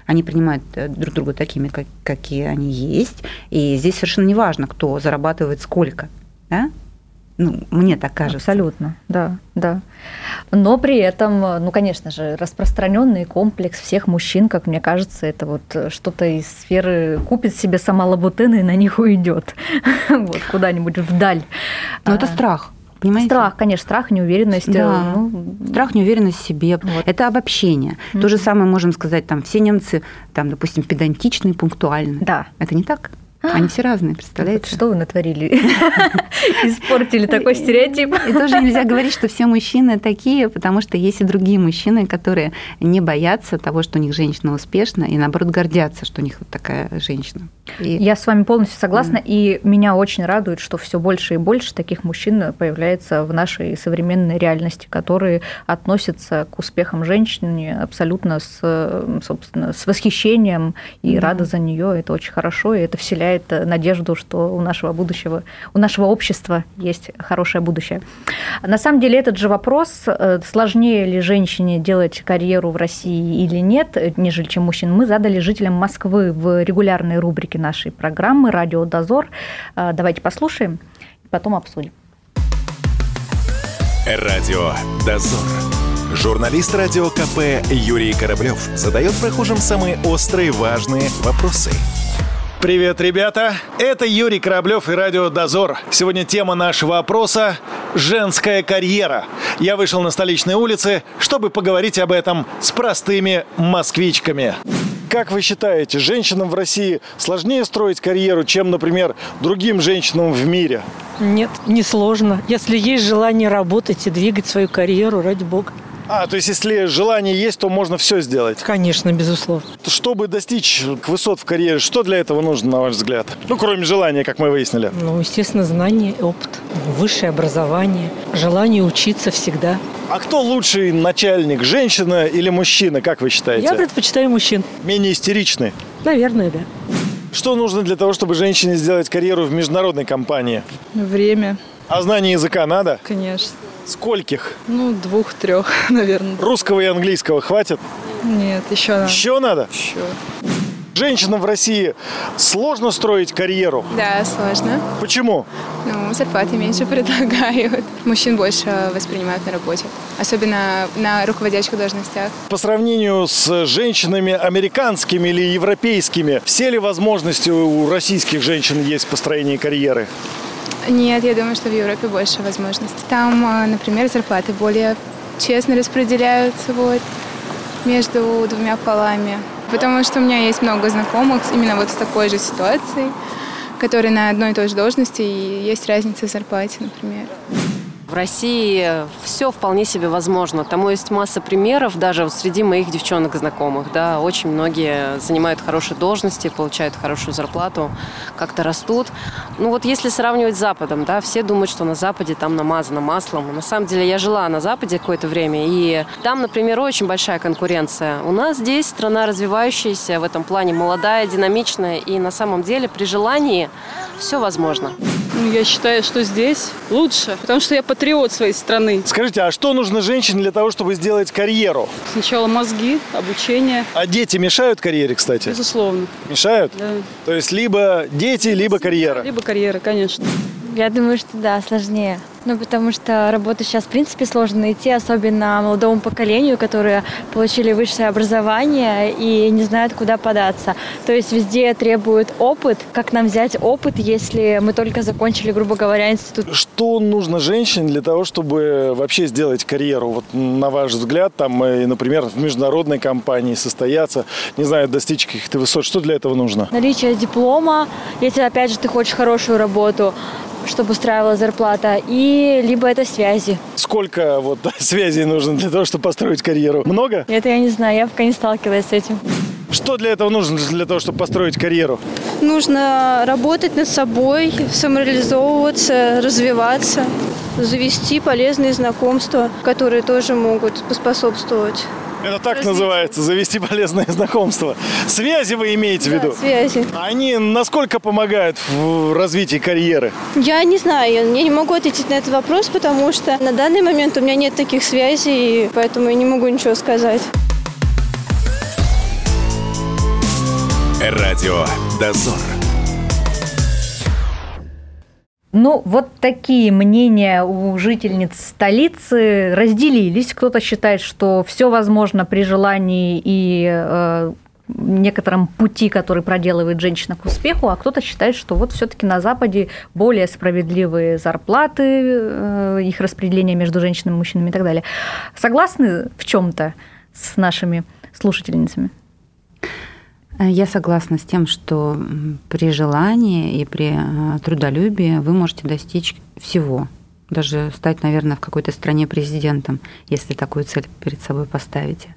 Они принимают друг друга такими, как, какие они есть. И здесь совершенно не важно, кто зарабатывает сколько. Да? Ну, мне так кажется. Абсолютно, да, да. Но при этом, ну, конечно же, распространенный комплекс всех мужчин, как мне кажется, это вот что-то из сферы купит себе сама лабутена и на них уйдет вот куда-нибудь вдаль. Но это страх. Понимаете? Страх, конечно, страх, неуверенность. Да. Ну... Страх, неуверенность в себе. Вот. Это обобщение. Mm-hmm. То же самое можем сказать, там, все немцы, там, допустим, педантичные, пунктуальные. Да. Это не так? Они все разные, представляете? Что вы натворили? Испортили такой стереотип. И тоже нельзя говорить, что все мужчины такие, потому что есть и другие мужчины, которые не боятся того, что у них женщина успешна, и наоборот гордятся, что у них вот такая женщина. И... Я с вами полностью согласна, mm. и меня очень радует, что все больше и больше таких мужчин появляется в нашей современной реальности, которые относятся к успехам женщины абсолютно с, собственно, с восхищением и mm. рады за нее. Это очень хорошо, и это вселяет надежду, что у нашего будущего, у нашего общества есть хорошее будущее. На самом деле этот же вопрос, сложнее ли женщине делать карьеру в России или нет, нежели чем мужчин, мы задали жителям Москвы в регулярной рубрике нашей программы «Радио Дозор». Давайте послушаем и потом обсудим. Радио Дозор. Журналист радио КП Юрий Кораблев задает прохожим самые острые важные вопросы. Привет, ребята! Это Юрий Кораблев и Радио Дозор. Сегодня тема нашего опроса – женская карьера. Я вышел на столичные улицы, чтобы поговорить об этом с простыми москвичками. Как вы считаете, женщинам в России сложнее строить карьеру, чем, например, другим женщинам в мире? Нет, не сложно. Если есть желание работать и двигать свою карьеру, ради бога. А, то есть, если желание есть, то можно все сделать? Конечно, безусловно. Чтобы достичь высот в карьере, что для этого нужно, на ваш взгляд? Ну, кроме желания, как мы выяснили. Ну, естественно, знание, опыт, высшее образование, желание учиться всегда. А кто лучший начальник, женщина или мужчина, как вы считаете? Я предпочитаю мужчин. Менее истеричный? Наверное, да. Что нужно для того, чтобы женщине сделать карьеру в международной компании? Время. А знание языка надо? Конечно. Скольких? Ну, двух-трех, наверное. Русского и английского хватит? Нет, еще надо. Еще надо? Еще. Женщинам в России сложно строить карьеру? Да, сложно. Почему? Ну, зарплаты меньше предлагают. Мужчин больше воспринимают на работе. Особенно на руководящих должностях. По сравнению с женщинами американскими или европейскими, все ли возможности у российских женщин есть в построении карьеры? Нет, я думаю, что в Европе больше возможностей. Там, например, зарплаты более честно распределяются вот, между двумя полами. Потому что у меня есть много знакомых именно вот с такой же ситуацией, которые на одной и той же должности, и есть разница в зарплате, например. В России все вполне себе возможно. Тому есть масса примеров, даже среди моих девчонок знакомых. Да, очень многие занимают хорошие должности, получают хорошую зарплату, как-то растут. Ну вот если сравнивать с Западом, да, все думают, что на Западе там намазано маслом. На самом деле я жила на Западе какое-то время, и там, например, очень большая конкуренция. У нас здесь страна развивающаяся, в этом плане молодая, динамичная, и на самом деле при желании все возможно. Я считаю, что здесь лучше, потому что я патриот своей страны. Скажите, а что нужно женщине для того, чтобы сделать карьеру? Сначала мозги, обучение. А дети мешают карьере, кстати? Безусловно. Мешают? Да. То есть либо дети, либо карьера? Либо карьера, конечно. Я думаю, что да, сложнее. Ну, потому что работу сейчас, в принципе, сложно найти, особенно молодому поколению, которые получили высшее образование и не знают, куда податься. То есть везде требуют опыт. Как нам взять опыт, если мы только закончили, грубо говоря, институт? Что нужно женщине для того, чтобы вообще сделать карьеру? Вот на ваш взгляд, там, например, в международной компании состояться, не знаю, достичь каких-то высот. Что для этого нужно? Наличие диплома, если, опять же, ты хочешь хорошую работу, чтобы устраивала зарплата, и либо это связи. Сколько вот связей нужно для того, чтобы построить карьеру? Много? Это я не знаю, я пока не сталкивалась с этим. Что для этого нужно, для того, чтобы построить карьеру? Нужно работать над собой, самореализовываться, развиваться, завести полезные знакомства, которые тоже могут поспособствовать. Это так развитие называется, завести полезные знакомства. Связи вы имеете да, в виду? Связи. Они насколько помогают в развитии карьеры? Я не знаю, я не могу ответить на этот вопрос, потому что на данный момент у меня нет таких связей, поэтому я не могу ничего сказать. Радио «Дозор». Ну, вот такие мнения у жительниц столицы разделились. Кто-то считает, что все возможно при желании и э, некотором пути, который проделывает женщина к успеху, а кто-то считает, что вот все-таки на Западе более справедливые зарплаты, э, их распределение между женщинами, мужчинами и так далее. Согласны в чем-то с нашими слушательницами? Я согласна с тем, что при желании и при трудолюбии вы можете достичь всего. Даже стать, наверное, в какой-то стране президентом, если такую цель перед собой поставите.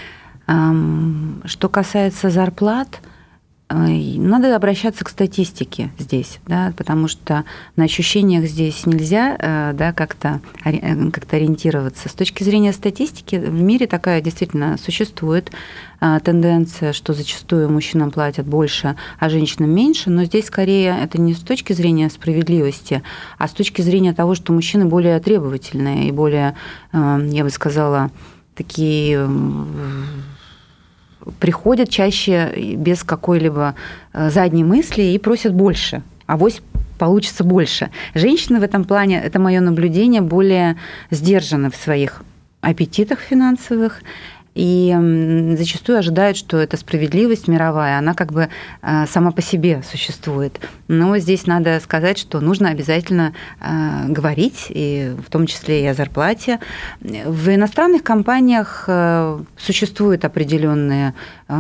Что касается зарплат, надо обращаться к статистике здесь, да, потому что на ощущениях здесь нельзя, да, как-то, как-то ориентироваться. С точки зрения статистики в мире такая действительно существует тенденция, что зачастую мужчинам платят больше, а женщинам меньше, но здесь скорее это не с точки зрения справедливости, а с точки зрения того, что мужчины более требовательные и более, я бы сказала, такие... приходят чаще без какой-либо задней мысли и просят больше, авось получится больше. Женщины в этом плане, это мое наблюдение, более сдержаны в своих аппетитах финансовых и зачастую ожидают, что эта справедливость мировая, она как бы сама по себе существует. Но здесь надо сказать, что нужно обязательно говорить, и в том числе и о зарплате. В иностранных компаниях существуют определенные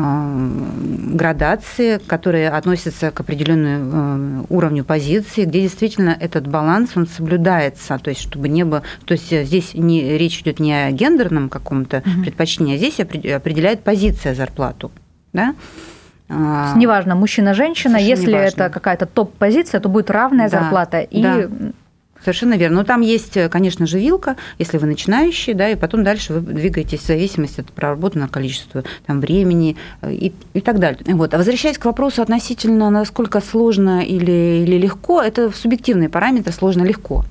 градации, которые относятся к определенному уровню позиции, где действительно этот баланс, он соблюдается, то есть чтобы не было, то есть здесь не, речь идет не о гендерном каком-то mm-hmm. предпочтении, а здесь определяет позиция зарплату, да? Неважно, мужчина-женщина, если неважно. Это какая-то топ-позиция, то будет равная да, зарплата. И... Да. Совершенно верно. Но там есть, конечно же, вилка, если вы начинающий, да, и потом дальше вы двигаетесь в зависимости от проработанного количества там, времени и, и так далее. Вот. А возвращаясь к вопросу относительно, насколько сложно или, или легко, это субъективный параметр сложно-легко.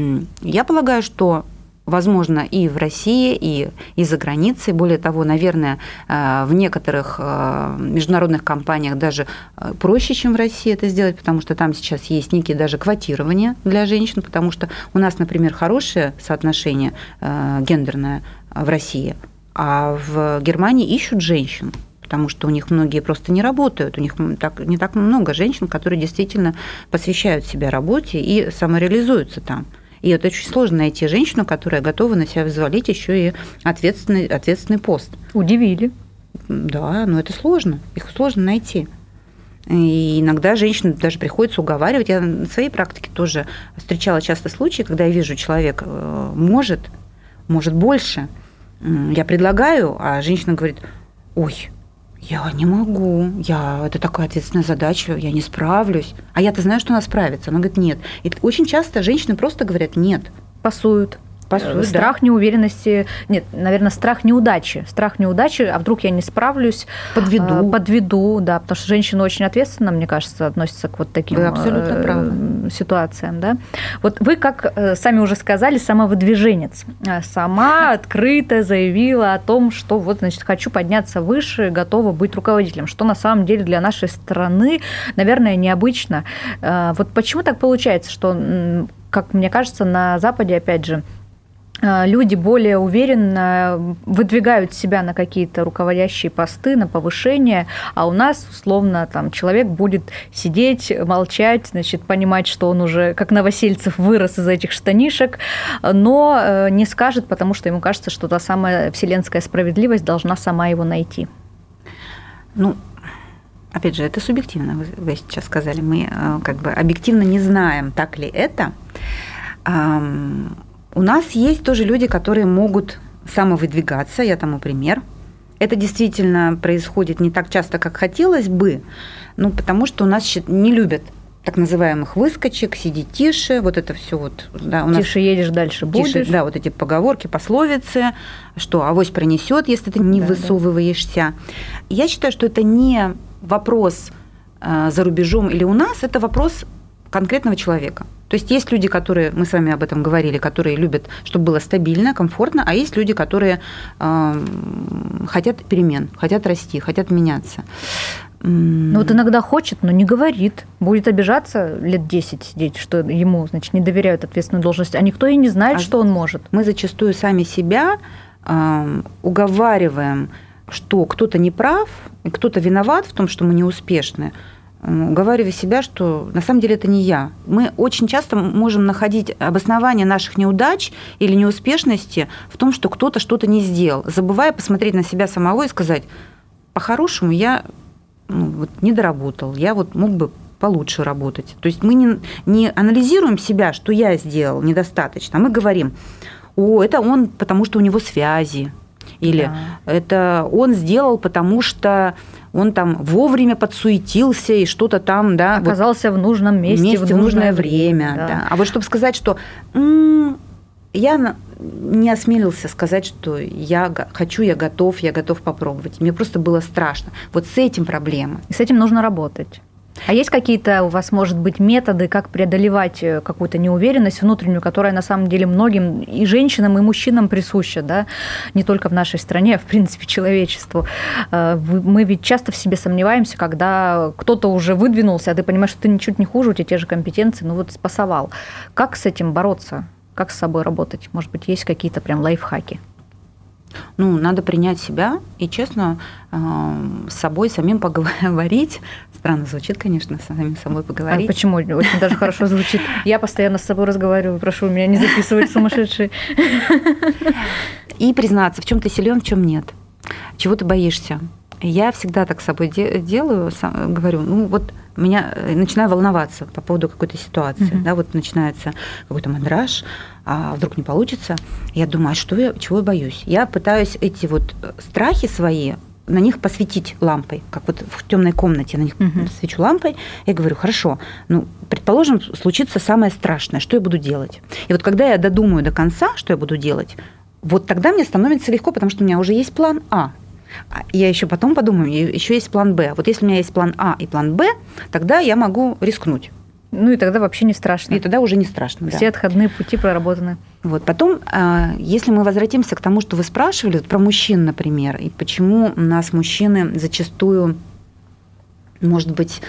Я полагаю, что возможно и в России, и, и за границей. Более того, наверное, в некоторых международных компаниях даже проще, чем в России это сделать, потому что там сейчас есть некие даже квотирования для женщин, потому что у нас, например, хорошее соотношение гендерное в России, а в Германии ищут женщин, потому что у них многие просто не работают, у них так, не так много женщин, которые действительно посвящают себя работе и самореализуются там. И это очень сложно найти женщину, которая готова на себя взвалить еще и ответственный, ответственный пост. Удивили. Да, но это сложно. Их сложно найти. И иногда женщину даже приходится уговаривать. Я на своей практике тоже встречала часто случаи, когда я вижу, человек может, может больше. Я предлагаю, а женщина говорит: ой, я не могу, я, это такая ответственная задача, я не справлюсь. А я-то знаю, что она справится. Она говорит: нет. И очень часто женщины просто говорят: нет. Пасуют. Пасуют, страх да. неуверенности, нет, наверное, страх неудачи. Страх неудачи, а вдруг я не справлюсь. Подведу. Подведу, да, потому что женщина очень ответственно, мне кажется, относится к вот таким вы абсолютно правы. Ситуациям. Да? Вот вы, как сами уже сказали, самовыдвиженец. Сама открыто заявила о том, что вот, значит, хочу подняться выше, готова быть руководителем, что на самом деле для нашей страны, наверное, необычно. Вот почему так получается, что, как мне кажется, на Западе, опять же, люди более уверенно выдвигают себя на какие-то руководящие посты, на повышение, а у нас, условно, там, человек будет сидеть, молчать, значит, понимать, что он уже, как Новосельцев, вырос из этих штанишек, но не скажет, потому что ему кажется, что та самая вселенская справедливость должна сама его найти. Ну, опять же, это субъективно, вы сейчас сказали. Мы как бы объективно не знаем, так ли это. У нас есть тоже люди, которые могут самовыдвигаться, я тому пример. Это действительно происходит не так часто, как хотелось бы, ну, потому что у нас не любят так называемых выскочек, сиди тише, вот это все вот. Да, у нас тише едешь, дальше будешь. Тише, да, вот эти поговорки, пословицы, что авось пронесет, если ты не да, высовываешься. Да. Я считаю, что это не вопрос за рубежом или у нас, это вопрос конкретного человека. То есть есть люди, которые, мы с вами об этом говорили, которые любят, чтобы было стабильно, комфортно, а есть люди, которые э, хотят перемен, хотят расти, хотят меняться. Ну вот иногда хочет, но не говорит. Будет обижаться лет десять сидеть, что ему, значит, не доверяют ответственную должность, а никто и не знает, а что он может. Мы зачастую сами себя э, уговариваем, что кто-то не прав, и кто-то виноват в том, что мы неуспешны, уговаривая себя, что на самом деле это не я. Мы очень часто можем находить обоснование наших неудач или неуспешности в том, что кто-то что-то не сделал, забывая посмотреть на себя самого и сказать, по-хорошему я ну, вот, не доработал, я вот мог бы получше работать. То есть мы не, не анализируем себя, что я сделал недостаточно, а мы говорим, о, это он, потому что у него связи, или да. это он сделал, потому что он там вовремя подсуетился и что-то там, да, оказался вот, в нужном месте, месте в нужное, нужное время. Да. Да. А вот чтобы сказать, что м-м, я не осмелился сказать, что я хочу, я готов, я готов попробовать. Мне просто было страшно. Вот с этим проблема. И с этим нужно работать. А есть какие-то у вас, может быть, методы, как преодолевать какую-то неуверенность внутреннюю, которая на самом деле многим и женщинам, и мужчинам присуща, да? Не только в нашей стране, а в принципе человечеству. Мы ведь часто в себе сомневаемся, когда кто-то уже выдвинулся, а ты понимаешь, что ты ничуть не хуже, у тебя те же компетенции, ну вот спасовал. Как с этим бороться? Как с собой работать? Может быть, есть какие-то прям лайфхаки? Ну, надо принять себя и, честно, с собой самим поговорить. Странно звучит, конечно, с самим собой поговорить. А почему? Очень даже хорошо звучит. Я постоянно с собой разговариваю, прошу меня не записывать сумасшедшие. И признаться, в чем ты силен, в чем нет. Чего ты боишься. Я всегда так с собой делаю, говорю, ну вот меня начинаю волноваться по поводу какой-то ситуации, mm-hmm. да, вот начинается какой-то мандраж, а вдруг не получится. Я думаю, а что я, чего я боюсь? Я пытаюсь эти вот страхи свои, на них посветить лампой, как вот в темной комнате, на них mm-hmm. свечу лампой, я говорю, хорошо, ну, предположим, случится самое страшное, что я буду делать? И вот когда я додумаю до конца, что я буду делать, вот тогда мне становится легко, потому что у меня уже есть план А. Я еще потом подумаю, еще есть план Б. Вот если у меня есть план А и план Б, тогда я могу рискнуть. Ну и тогда вообще не страшно. И тогда уже не страшно. Все да. отходные пути проработаны. Вот. Потом, если мы возвратимся к тому, что вы спрашивали, про мужчин, например, и почему у нас мужчины зачастую, может быть,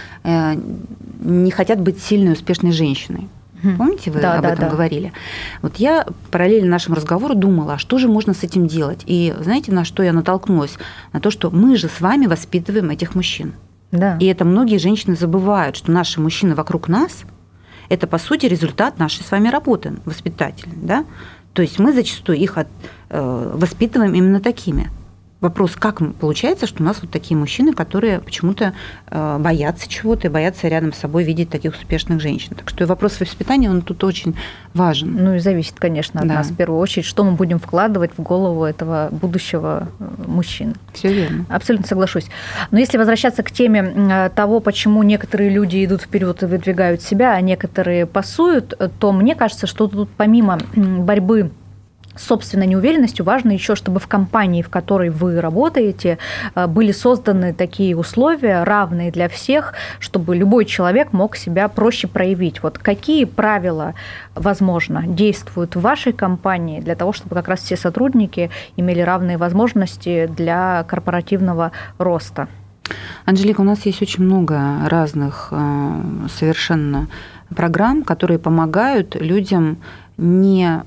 не хотят быть сильной, успешной женщиной. Помните, вы да, об да, этом да. говорили? Вот я параллельно нашему разговору думала, а что же можно с этим делать? И знаете, на что я натолкнулась? На то, что мы же с вами воспитываем этих мужчин. Да. И это многие женщины забывают, что наши мужчины вокруг нас – это, по сути, результат нашей с вами работы воспитательной. Да? То есть мы зачастую их от, э, воспитываем именно такими. Вопрос, как получается, что у нас вот такие мужчины, которые почему-то боятся чего-то и боятся рядом с собой видеть таких успешных женщин. Так что вопрос воспитания, он тут очень важен. Ну и зависит, конечно, от да. нас в первую очередь, что мы будем вкладывать в голову этого будущего мужчины. Все верно. Абсолютно соглашусь. Но если возвращаться к теме того, почему некоторые люди идут вперед и выдвигают себя, а некоторые пасуют, то мне кажется, что тут помимо борьбы с собственной неуверенностью важно еще, чтобы в компании, в которой вы работаете, были созданы такие условия, равные для всех, чтобы любой человек мог себя проще проявить. Вот какие правила, возможно, действуют в вашей компании для того, чтобы как раз все сотрудники имели равные возможности для корпоративного роста? Анжелика, у нас есть очень много разных совершенно программ, которые помогают людям не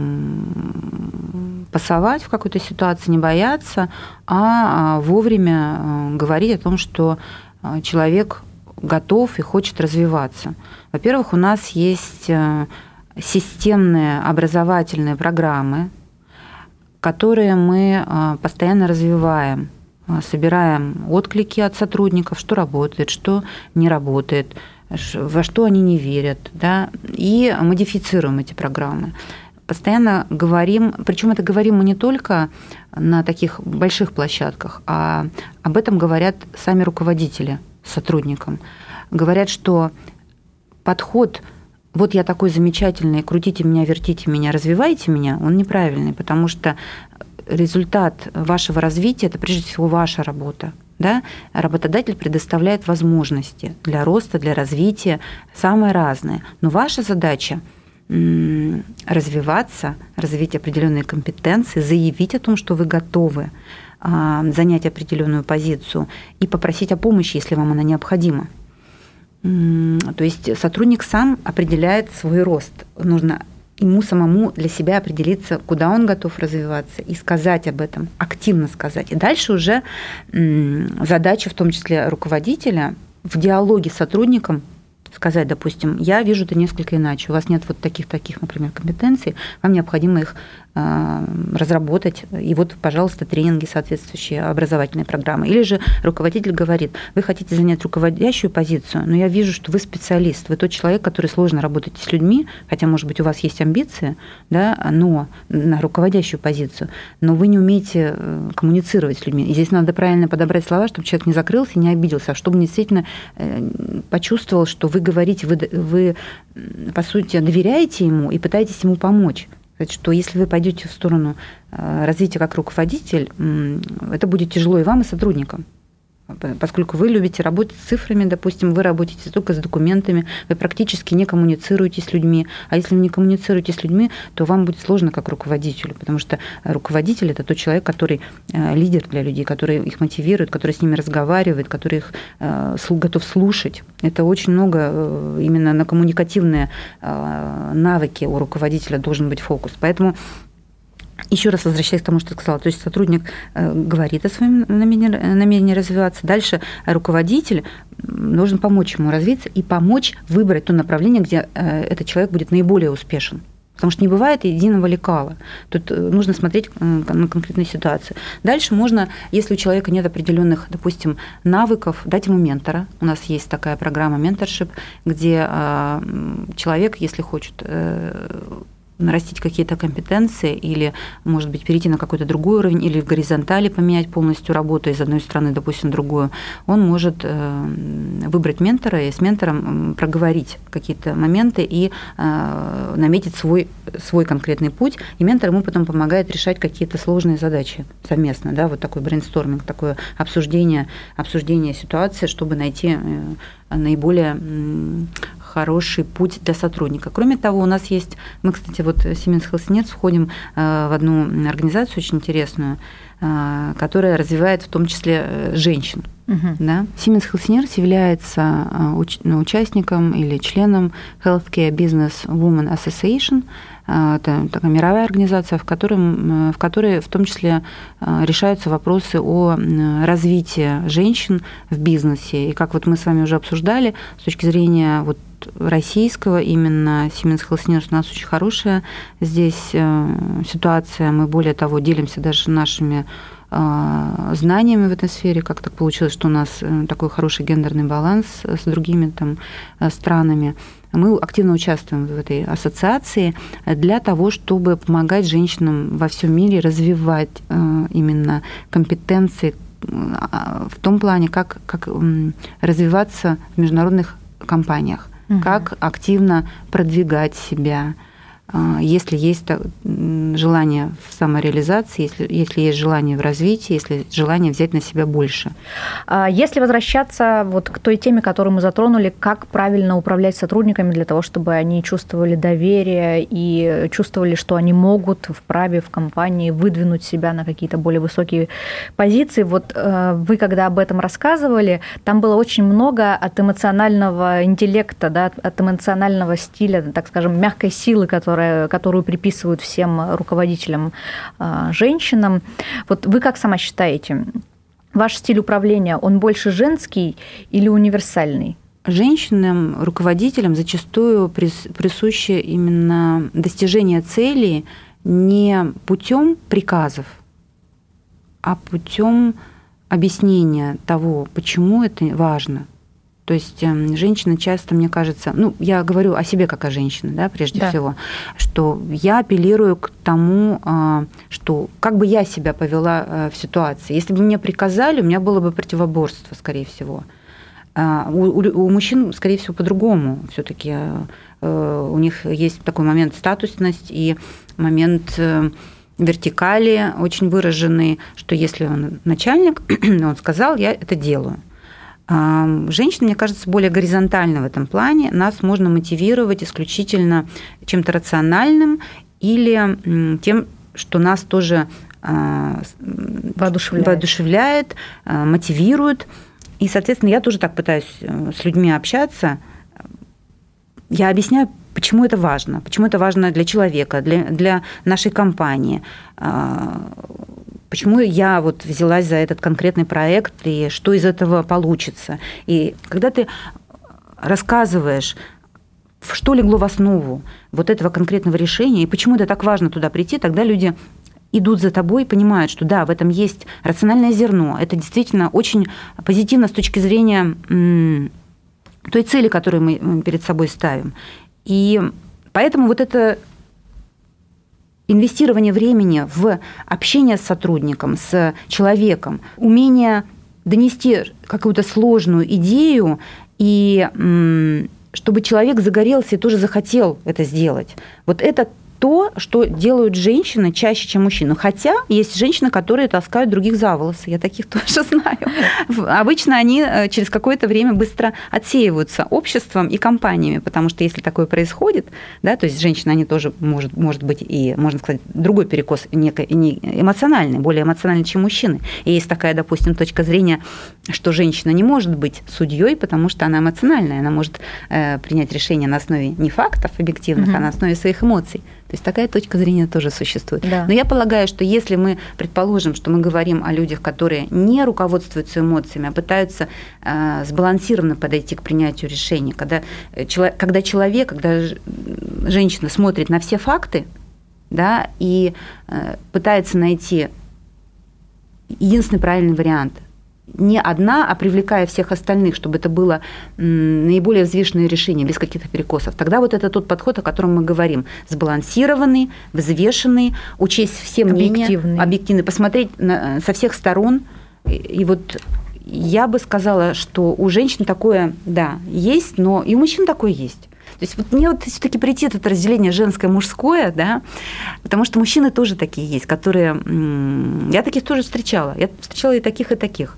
пасовать в какой-то ситуации, не бояться, а вовремя говорить о том, что человек готов и хочет развиваться. Во-первых, у нас есть системные образовательные программы, которые мы постоянно развиваем, собираем отклики от сотрудников, что работает, что не работает, во что они не верят, да, и модифицируем эти программы. Постоянно говорим, причем это говорим мы не только на таких больших площадках, а об этом говорят сами руководители сотрудникам. Говорят, что подход «вот я такой замечательный, крутите меня, вертите меня, развивайте меня», он неправильный, потому что результат вашего развития – это прежде всего ваша работа. Да? Работодатель предоставляет возможности для роста, для развития, самые разные. Но ваша задача развиваться, развить определенные компетенции, заявить о том, что вы готовы занять определенную позицию и попросить о помощи, если вам она необходима. То есть сотрудник сам определяет свой рост. Нужно ему самому для себя определиться, куда он готов развиваться, и сказать об этом, активно сказать. И дальше уже задача, в том числе руководителя, в диалоге с сотрудником сказать, допустим, я вижу это несколько иначе, у вас нет вот таких-таких, например, компетенций, вам необходимо их разработать, и вот, пожалуйста, тренинги соответствующие, образовательные программы. Или же руководитель говорит, вы хотите занять руководящую позицию, но я вижу, что вы специалист, вы тот человек, который сложно работает с людьми, хотя, может быть, у вас есть амбиции, да, но на руководящую позицию, но вы не умеете коммуницировать с людьми. И здесь надо правильно подобрать слова, чтобы человек не закрылся, не обиделся, а чтобы он действительно почувствовал, что вы говорите, вы, вы, по сути, доверяете ему и пытаетесь ему помочь. Что если вы пойдете в сторону развития как руководитель, это будет тяжело и вам, и сотрудникам. Поскольку вы любите работать с цифрами, допустим, вы работаете только с документами, вы практически не коммуницируете с людьми. А если вы не коммуницируете с людьми, то вам будет сложно как руководителю, потому что руководитель – это тот человек, который лидер для людей, который их мотивирует, который с ними разговаривает, который их готов слушать. Это очень много именно на коммуникативные навыки у руководителя должен быть фокус. Поэтому еще раз возвращаясь к тому, что я сказала, то есть сотрудник говорит о своем намерении, намерении развиваться, дальше руководитель должен помочь ему развиться и помочь выбрать то направление, где этот человек будет наиболее успешен. Потому что не бывает единого лекала. Тут нужно смотреть на конкретную ситуацию. Дальше можно, если у человека нет определенных, допустим, навыков, дать ему ментора. У нас есть такая программа менторшип, где человек, если хочет нарастить какие-то компетенции или, может быть, перейти на какой-то другой уровень или в горизонтали поменять полностью работу из одной страны, допустим, в другую, он может выбрать ментора и с ментором проговорить какие-то моменты и наметить свой, свой конкретный путь, и ментор ему потом помогает решать какие-то сложные задачи совместно, да, вот такой брейнсторминг, такое обсуждение, обсуждение ситуации, чтобы найти наиболее хороший путь для сотрудника. Кроме того, у нас есть, мы, кстати, вот Siemens Healthineers входим в одну организацию очень интересную, которая развивает в том числе женщин. Uh-huh. Да? Siemens Healthineers является участником или членом Healthcare Business Women Association. Это такая мировая организация, в, котором, в которой в том числе решаются вопросы о развитии женщин в бизнесе. И как вот мы с вами уже обсуждали, с точки зрения вот российского, именно Siemens Healthineers у нас очень хорошая здесь ситуация. Мы, более того, делимся даже нашими знаниями в этой сфере, как так получилось, что у нас такой хороший гендерный баланс с другими там странами. Мы активно участвуем в этой ассоциации для того, чтобы помогать женщинам во всем мире развивать именно компетенции в том плане, как, как развиваться в международных компаниях, угу. как активно продвигать себя, если есть желание в самореализации, если, если есть желание в развитии, если есть желание взять на себя больше. Если возвращаться вот к той теме, которую мы затронули, как правильно управлять сотрудниками для того, чтобы они чувствовали доверие и чувствовали, что они могут вправе в компании выдвинуть себя на какие-то более высокие позиции. Вот вы, когда об этом рассказывали, там было очень много от эмоционального интеллекта, да, от эмоционального стиля, так скажем, мягкой силы, которая которую приписывают всем руководителям женщинам. Вот вы как сама считаете, ваш стиль управления, он больше женский или универсальный? Женщинам, руководителям зачастую присуще именно достижение целей не путем приказов, а путем объяснения того, почему это важно. То есть женщина часто, мне кажется, ну, я говорю о себе как о женщине, да, прежде да. всего, что я апеллирую к тому, что как бы я себя повела в ситуации. Если бы мне приказали, у меня было бы противоборство, скорее всего. У, у мужчин, скорее всего, по-другому. Все-таки у них есть такой момент статусность и момент вертикали очень выраженный, что если он начальник, он сказал, я это делаю. Женщины, мне кажется, более горизонтальны в этом плане. Нас можно мотивировать исключительно чем-то рациональным или тем, что нас тоже воодушевляет, воодушевляет мотивирует. И, соответственно, я тоже так пытаюсь с людьми общаться. Я объясняю, почему это важно, почему это важно для человека, для, для нашей компании, почему я вот взялась за этот конкретный проект и что из этого получится. И когда ты рассказываешь, что легло в основу вот этого конкретного решения и почему это так важно туда прийти, тогда люди идут за тобой и понимают, что да, в этом есть рациональное зерно. Это действительно очень позитивно с точки зрения той цели, которую мы перед собой ставим. И поэтому вот это инвестирование времени в общение с сотрудником, с человеком, умение донести какую-то сложную идею, и чтобы человек загорелся и тоже захотел это сделать. Вот это то, что делают женщины чаще, чем мужчины. Хотя есть женщины, которые таскают других за волосы. Я таких тоже знаю. Обычно они через какое-то время быстро отсеиваются обществом и компаниями, потому что если такое происходит, да, то есть женщины, они тоже, может, может быть, и, можно сказать, другой перекос, не эмоциональный, более эмоциональный, чем мужчины. И есть такая, допустим, точка зрения, что женщина не может быть судьей, потому что она эмоциональная, она может э, принять решение на основе не фактов объективных, угу. а на основе своих эмоций. То есть такая точка зрения тоже существует. Да. Но я полагаю, что если мы предположим, что мы говорим о людях, которые не руководствуются эмоциями, а пытаются э, сбалансированно подойти к принятию решений, когда, когда человек, когда женщина смотрит на все факты, да, и э, пытается найти единственный правильный вариант, не одна, а привлекая всех остальных, чтобы это было наиболее взвешенное решение, без каких-то перекосов. Тогда вот это тот подход, о котором мы говорим. Сбалансированный, взвешенный, учесть все мнения, объективный, объективный посмотреть на, со всех сторон. И, и вот я бы сказала, что у женщин такое, да, есть, но и у мужчин такое есть. То есть вот мне вот все-таки прийти это разделение женское-мужское, да, потому что мужчины тоже такие есть, которые... Я таких тоже встречала. Я встречала и таких, и таких.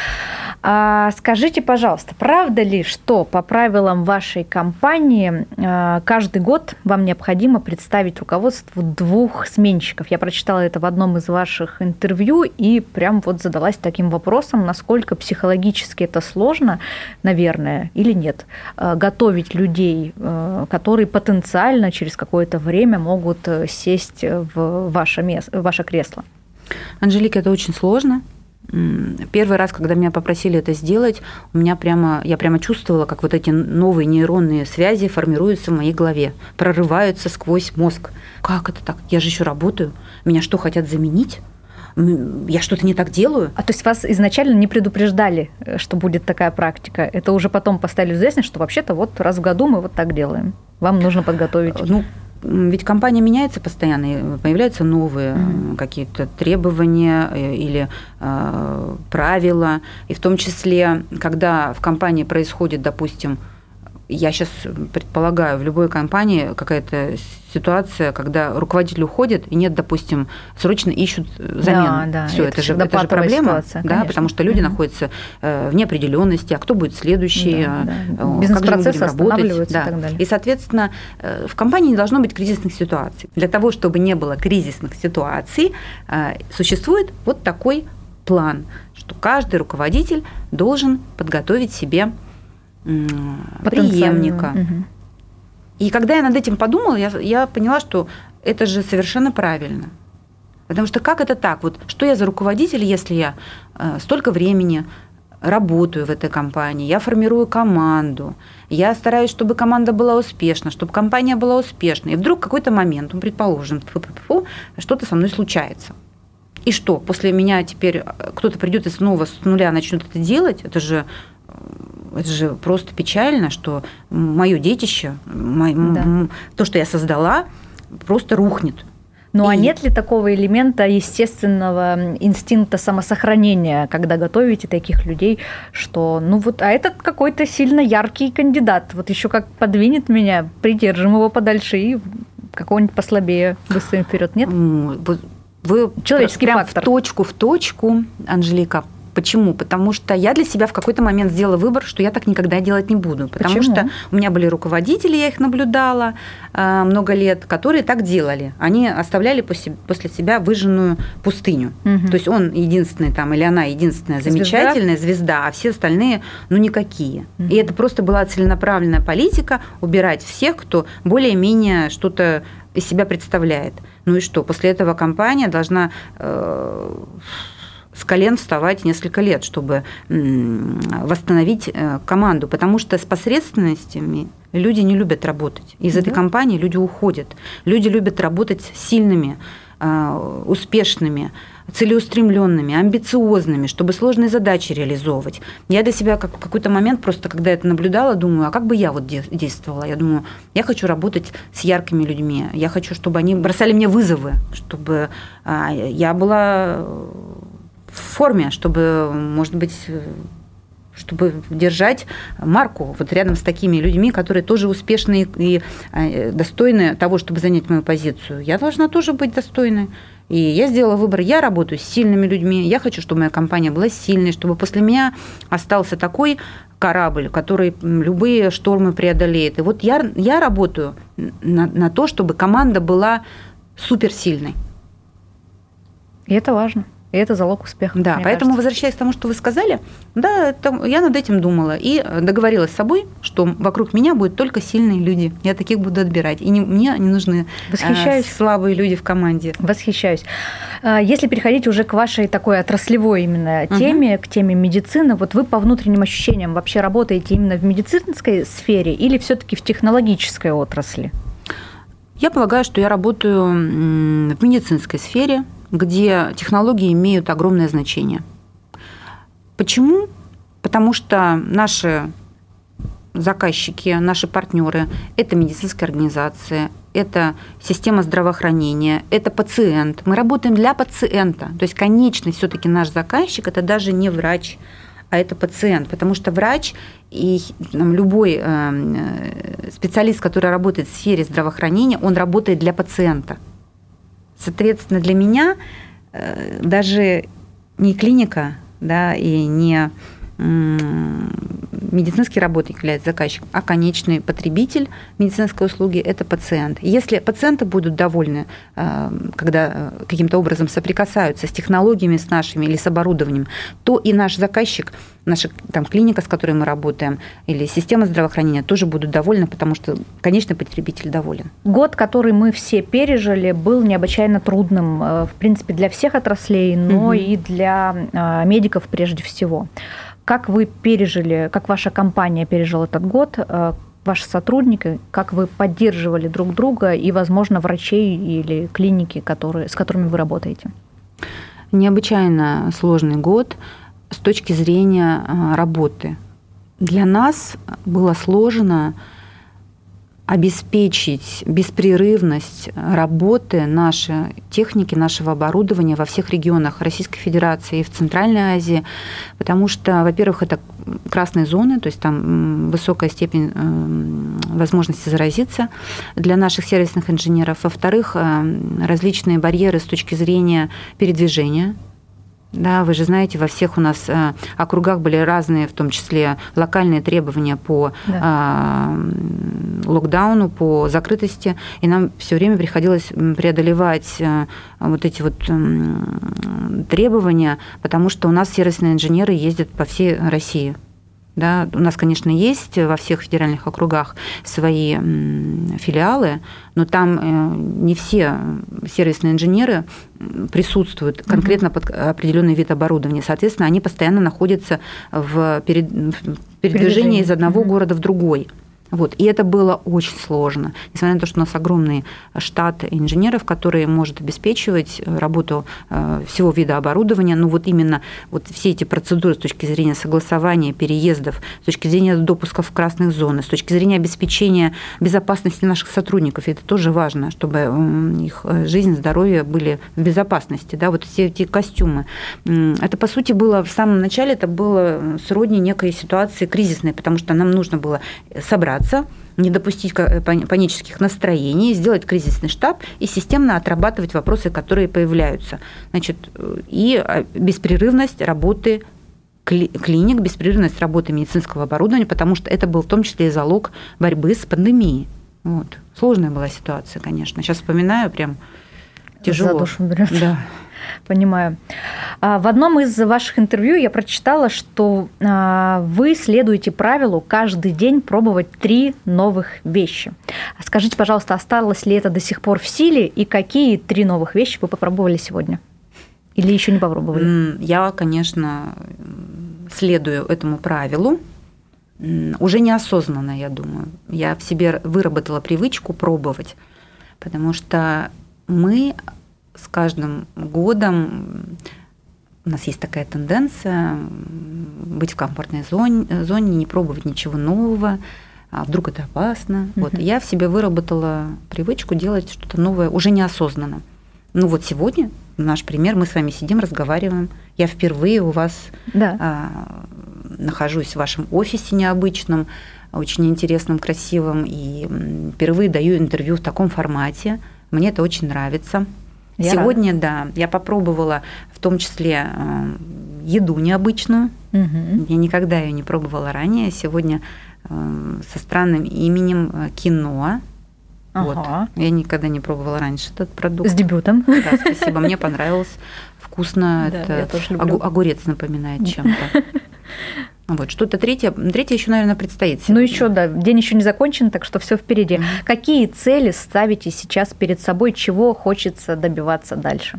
А скажите, пожалуйста, правда ли, что по правилам вашей компании каждый год вам необходимо представить руководству двух сменщиков? Я прочитала это в одном из ваших интервью и прям вот задалась таким вопросом, насколько психологически это сложно, наверное, или нет, готовить людей, которые потенциально через какое-то время могут сесть в ваше место, в ваше кресло. Анжелика, это очень сложно. Первый раз, когда меня попросили это сделать, у меня прямо, я прямо чувствовала, как вот эти новые нейронные связи формируются в моей голове, прорываются сквозь мозг. Как это так? Я же еще работаю. Меня что, хотят заменить? Я что-то не так делаю? А то есть вас изначально не предупреждали, что будет такая практика? Это уже потом поставили в известность, что вообще-то вот раз в году мы вот так делаем. Вам нужно подготовить. Ну, ведь компания меняется постоянно, появляются новые mm-hmm. какие-то требования или э, правила. И в том числе, когда в компании происходит, допустим, я сейчас предполагаю, в любой компании какая-то ситуация, когда руководитель уходит, и нет, допустим, срочно ищут замену. Да, да, Всё, это, это, же, это же проблема, ситуация, да, потому что люди mm-hmm. находятся в неопределенности, а кто будет следующий, да, да. Бизнес-процесс останавливается да. и так далее. И, соответственно, в компании не должно быть кризисных ситуаций. Для того, чтобы не было кризисных ситуаций, существует вот такой план, что каждый руководитель должен подготовить себе преемника. Угу. И когда я над этим подумала, я, я поняла, что это же совершенно правильно. Потому что как это так? Вот что я за руководитель, если я э, столько времени работаю в этой компании, я формирую команду, я стараюсь, чтобы команда была успешна, чтобы компания была успешна. И вдруг в какой-то момент, ну, предположим, что-то со мной случается. И что? После меня теперь кто-то придет и снова с нуля начнет это делать? Это же... Это же просто печально, что мое детище, мое, да. то, что я создала, просто рухнет. Ну и... а нет ли такого элемента естественного инстинкта самосохранения, когда готовите таких людей, что ну вот, а этот какой-то сильно яркий кандидат, вот еще как подвинет меня, придержим его подальше и какого-нибудь послабее выставим вперед, нет? Вы человеческий прям фактор. В точку в точку, Анжелика, Почему? Потому что я для себя в какой-то момент сделала выбор, что я так никогда делать не буду. Потому Почему? что у меня были руководители, я их наблюдала э, много лет, которые так делали. Они оставляли после, после себя выжженную пустыню. Угу. То есть он единственный там, или она единственная замечательная звезда, звезда а все остальные, ну, никакие. Угу. И это просто была целенаправленная политика убирать всех, кто более-менее что-то из себя представляет. Ну и что? После этого компания должна... Э, с колен вставать несколько лет, чтобы восстановить команду, потому что с посредственностями люди не любят работать. Из да. этой компании люди уходят. Люди любят работать с сильными, успешными, целеустремленными, амбициозными, чтобы сложные задачи реализовывать. Я для себя как в какой-то момент просто, когда это наблюдала, думаю, а как бы я вот действовала? Я думаю, я хочу работать с яркими людьми, я хочу, чтобы они бросали мне вызовы, чтобы я была... в форме, чтобы, может быть, чтобы держать марку вот рядом с такими людьми, которые тоже успешные и достойны того, чтобы занять мою позицию. Я должна тоже быть достойной. И я сделала выбор. Я работаю с сильными людьми. Я хочу, чтобы моя компания была сильной, чтобы после меня остался такой корабль, который любые штормы преодолеет. И вот я, я работаю на, на то, чтобы команда была суперсильной. И это важно. И это залог успеха. Да, поэтому, кажется. Возвращаясь к тому, что вы сказали, да, это, я над этим думала и договорилась с собой, что вокруг меня будут только сильные люди. Я таких буду отбирать. И не, мне не нужны Восхищаюсь. слабые люди в команде. Восхищаюсь. Если переходить уже к вашей такой отраслевой именно теме, угу. к теме медицины, вот вы по внутренним ощущениям вообще работаете именно в медицинской сфере или все-таки в технологической отрасли? Я полагаю, что я работаю в медицинской сфере, где технологии имеют огромное значение. Почему? Потому что наши заказчики, наши партнеры – это медицинские организации, это система здравоохранения, это пациент. Мы работаем для пациента. То есть конечный все-таки наш заказчик – это даже не врач, а это пациент. Потому что врач и там, любой э, специалист, который работает в сфере здравоохранения, он работает для пациента. Соответственно, для меня э, даже не клиника, да, и не м- медицинский работник является заказчиком, а конечный потребитель медицинской услуги – это пациент. Если пациенты будут довольны, э, когда каким-то образом соприкасаются с технологиями, с нашими или с оборудованием, то и наш заказчик, наша там, клиника, с которой мы работаем, или система здравоохранения тоже будут довольны, потому что конечный потребитель доволен. Год, который мы все пережили, был необычайно трудным, в принципе, для всех отраслей, но угу. и для медиков прежде всего. Как вы пережили, как ваша компания пережила этот год, ваши сотрудники, как вы поддерживали друг друга и, возможно, врачей или клиники, которые, с которыми вы работаете? Необычайно сложный год с точки зрения работы. Для нас было сложно обеспечить беспрерывность работы нашей техники, нашего оборудования во всех регионах Российской Федерации и в Центральной Азии, потому что, во-первых, это красные зоны, то есть там высокая степень возможности заразиться для наших сервисных инженеров. Во-вторых, различные барьеры с точки зрения передвижения. Да, вы же знаете, во всех у нас округах были разные, в том числе локальные требования по да. локдауну, по закрытости, и нам все время приходилось преодолевать вот эти вот требования, потому что у нас сервисные инженеры ездят по всей России. Да, у нас, конечно, есть во всех федеральных округах свои филиалы, но там не все сервисные инженеры присутствуют конкретно под определенный вид оборудования. Соответственно, они постоянно находятся в передвижении из одного mm-hmm. города в другой. Вот. И это было очень сложно. Несмотря на то, что у нас огромный штат инженеров, который может обеспечивать работу всего вида оборудования, но вот именно вот все эти процедуры с точки зрения согласования, переездов, с точки зрения допусков в красных зон, с точки зрения обеспечения безопасности наших сотрудников, это тоже важно, чтобы их жизнь, здоровье были в безопасности. Да? Вот все эти костюмы. Это, по сути, было в самом начале, это было сродни некой ситуации кризисной, потому что нам нужно было собраться, не допустить панических настроений, сделать кризисный штаб и системно отрабатывать вопросы, которые появляются. Значит, и беспрерывность работы клиник, беспрерывность работы медицинского оборудования, потому что это был в том числе и залог борьбы с пандемией. Вот. Сложная была ситуация, конечно. Сейчас вспоминаю, прям тяжело. За душу берет. Да. Понимаю. В одном из ваших интервью я прочитала, что вы следуете правилу каждый день пробовать три новых вещи. Скажите, пожалуйста, осталось ли это до сих пор в силе, и какие три новых вещи вы попробовали сегодня? Или еще не попробовали? Я, конечно, следую этому правилу. Уже неосознанно, я думаю. Я в себе выработала привычку пробовать, потому что мы с каждым годом, у нас есть такая тенденция быть в комфортной зоне, зоне не пробовать ничего нового, а вдруг это опасно. Uh-huh. Вот. Я в себе выработала привычку делать что-то новое уже неосознанно. Ну вот сегодня наш пример, мы с вами сидим, разговариваем. Я впервые у вас да. а, нахожусь в вашем офисе необычном, очень интересном, красивом, и впервые даю интервью в таком формате. Мне это очень нравится. Я Сегодня, рада. да, я попробовала в том числе еду необычную. Угу. Я никогда ее не пробовала ранее. Сегодня со странным именем киноа. Ага. Вот. Я никогда не пробовала раньше этот продукт. С дебютом. Да, спасибо, мне понравилось. Вкусно. Да, это огурец напоминает чем-то. Вот, что-то третье. Третье еще, наверное, предстоит сегодня. Ну, еще, да, день еще не закончен, так что все впереди. Mm-hmm. Какие цели ставите сейчас перед собой, чего хочется добиваться дальше?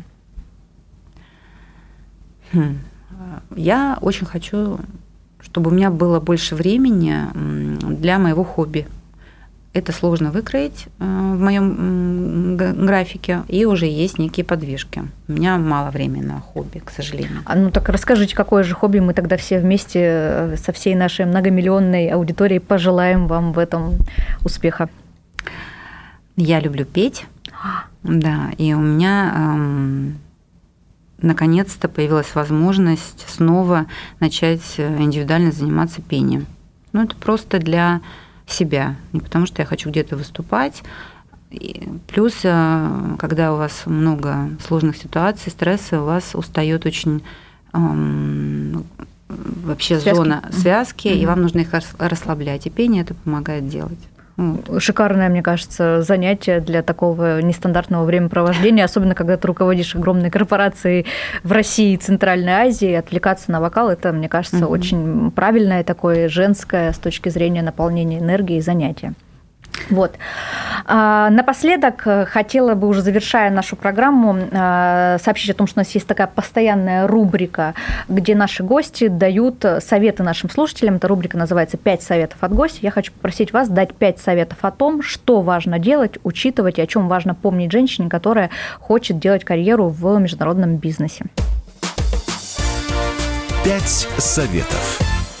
Хм. Я очень хочу, чтобы у меня было больше времени для моего хобби. Это сложно выкроить в моем графике, и уже есть некие подвижки. У меня мало времени на хобби, к сожалению. А ну так расскажите, какое же хобби мы тогда все вместе со всей нашей многомиллионной аудиторией пожелаем вам в этом успеха? Я люблю петь, да, и у меня эм, наконец-то появилась возможность снова начать индивидуально заниматься пением. Ну, это просто для себя, не потому что я хочу где-то выступать. И плюс, когда у вас много сложных ситуаций, стресса, у вас устает очень эм, вообще связки. зона связки, mm-hmm. и вам нужно их расслаблять. И пение это помогает делать. Вот. Шикарное, мне кажется, занятие для такого нестандартного времяпровождения, особенно когда ты руководишь огромной корпорацией в России и Центральной Азии. Отвлекаться на вокал – это, мне кажется, mm-hmm. очень правильное такое женское с точки зрения наполнения энергии занятие. Вот. Напоследок хотела бы, уже завершая нашу программу, сообщить о том, что у нас есть такая постоянная рубрика, где наши гости дают советы нашим слушателям. Эта рубрика называется «Пять советов от гостя». Я хочу попросить вас дать пять советов о том, что важно делать, учитывать и о чем важно помнить женщине, которая хочет делать карьеру в международном бизнесе. Пять советов.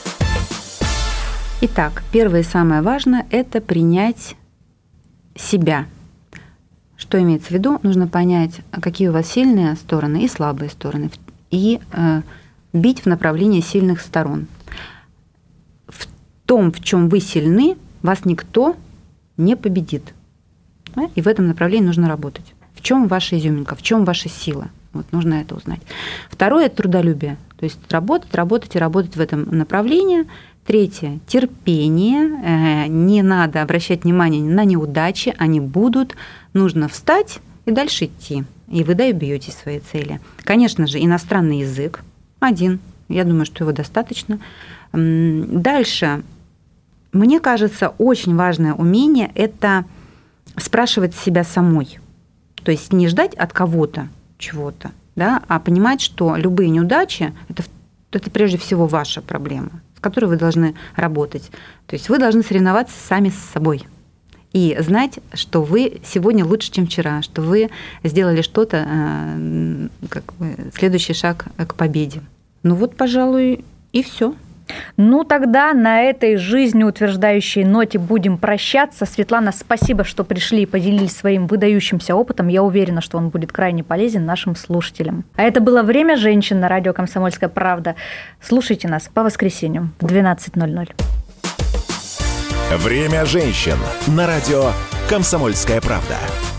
Итак, первое и самое важное – это принять себя. Что имеется в виду? Нужно понять, какие у вас сильные стороны и слабые стороны, и э, бить в направлении сильных сторон. В том, в чем вы сильны, вас никто не победит. Да? И в этом направлении нужно работать. В чем ваша изюминка, в чем ваша сила? Вот нужно это узнать. Второе – это трудолюбие. То есть работать, работать и работать в этом направлении. Третье – терпение. Не надо обращать внимание на неудачи, они будут. Нужно встать и дальше идти. И вы добьетесь своей цели. Конечно же, иностранный язык один. Я думаю, что его достаточно. Дальше. Мне кажется, очень важное умение – это спрашивать себя самой. То есть не ждать от кого-то чего-то, да, а понимать, что любые неудачи – это, это прежде всего ваша проблема, с которой вы должны работать. То есть вы должны соревноваться сами с собой и знать, что вы сегодня лучше, чем вчера, что вы сделали что-то, как бы, следующий шаг к победе. Ну вот, пожалуй, и все. Ну, тогда на этой жизнеутверждающей ноте будем прощаться. Светлана, спасибо, что пришли и поделились своим выдающимся опытом. Я уверена, что он будет крайне полезен нашим слушателям. А это было «Время женщин» на радио «Комсомольская правда». Слушайте нас по воскресеньям в двенадцать ноль ноль. «Время женщин» на радио «Комсомольская правда».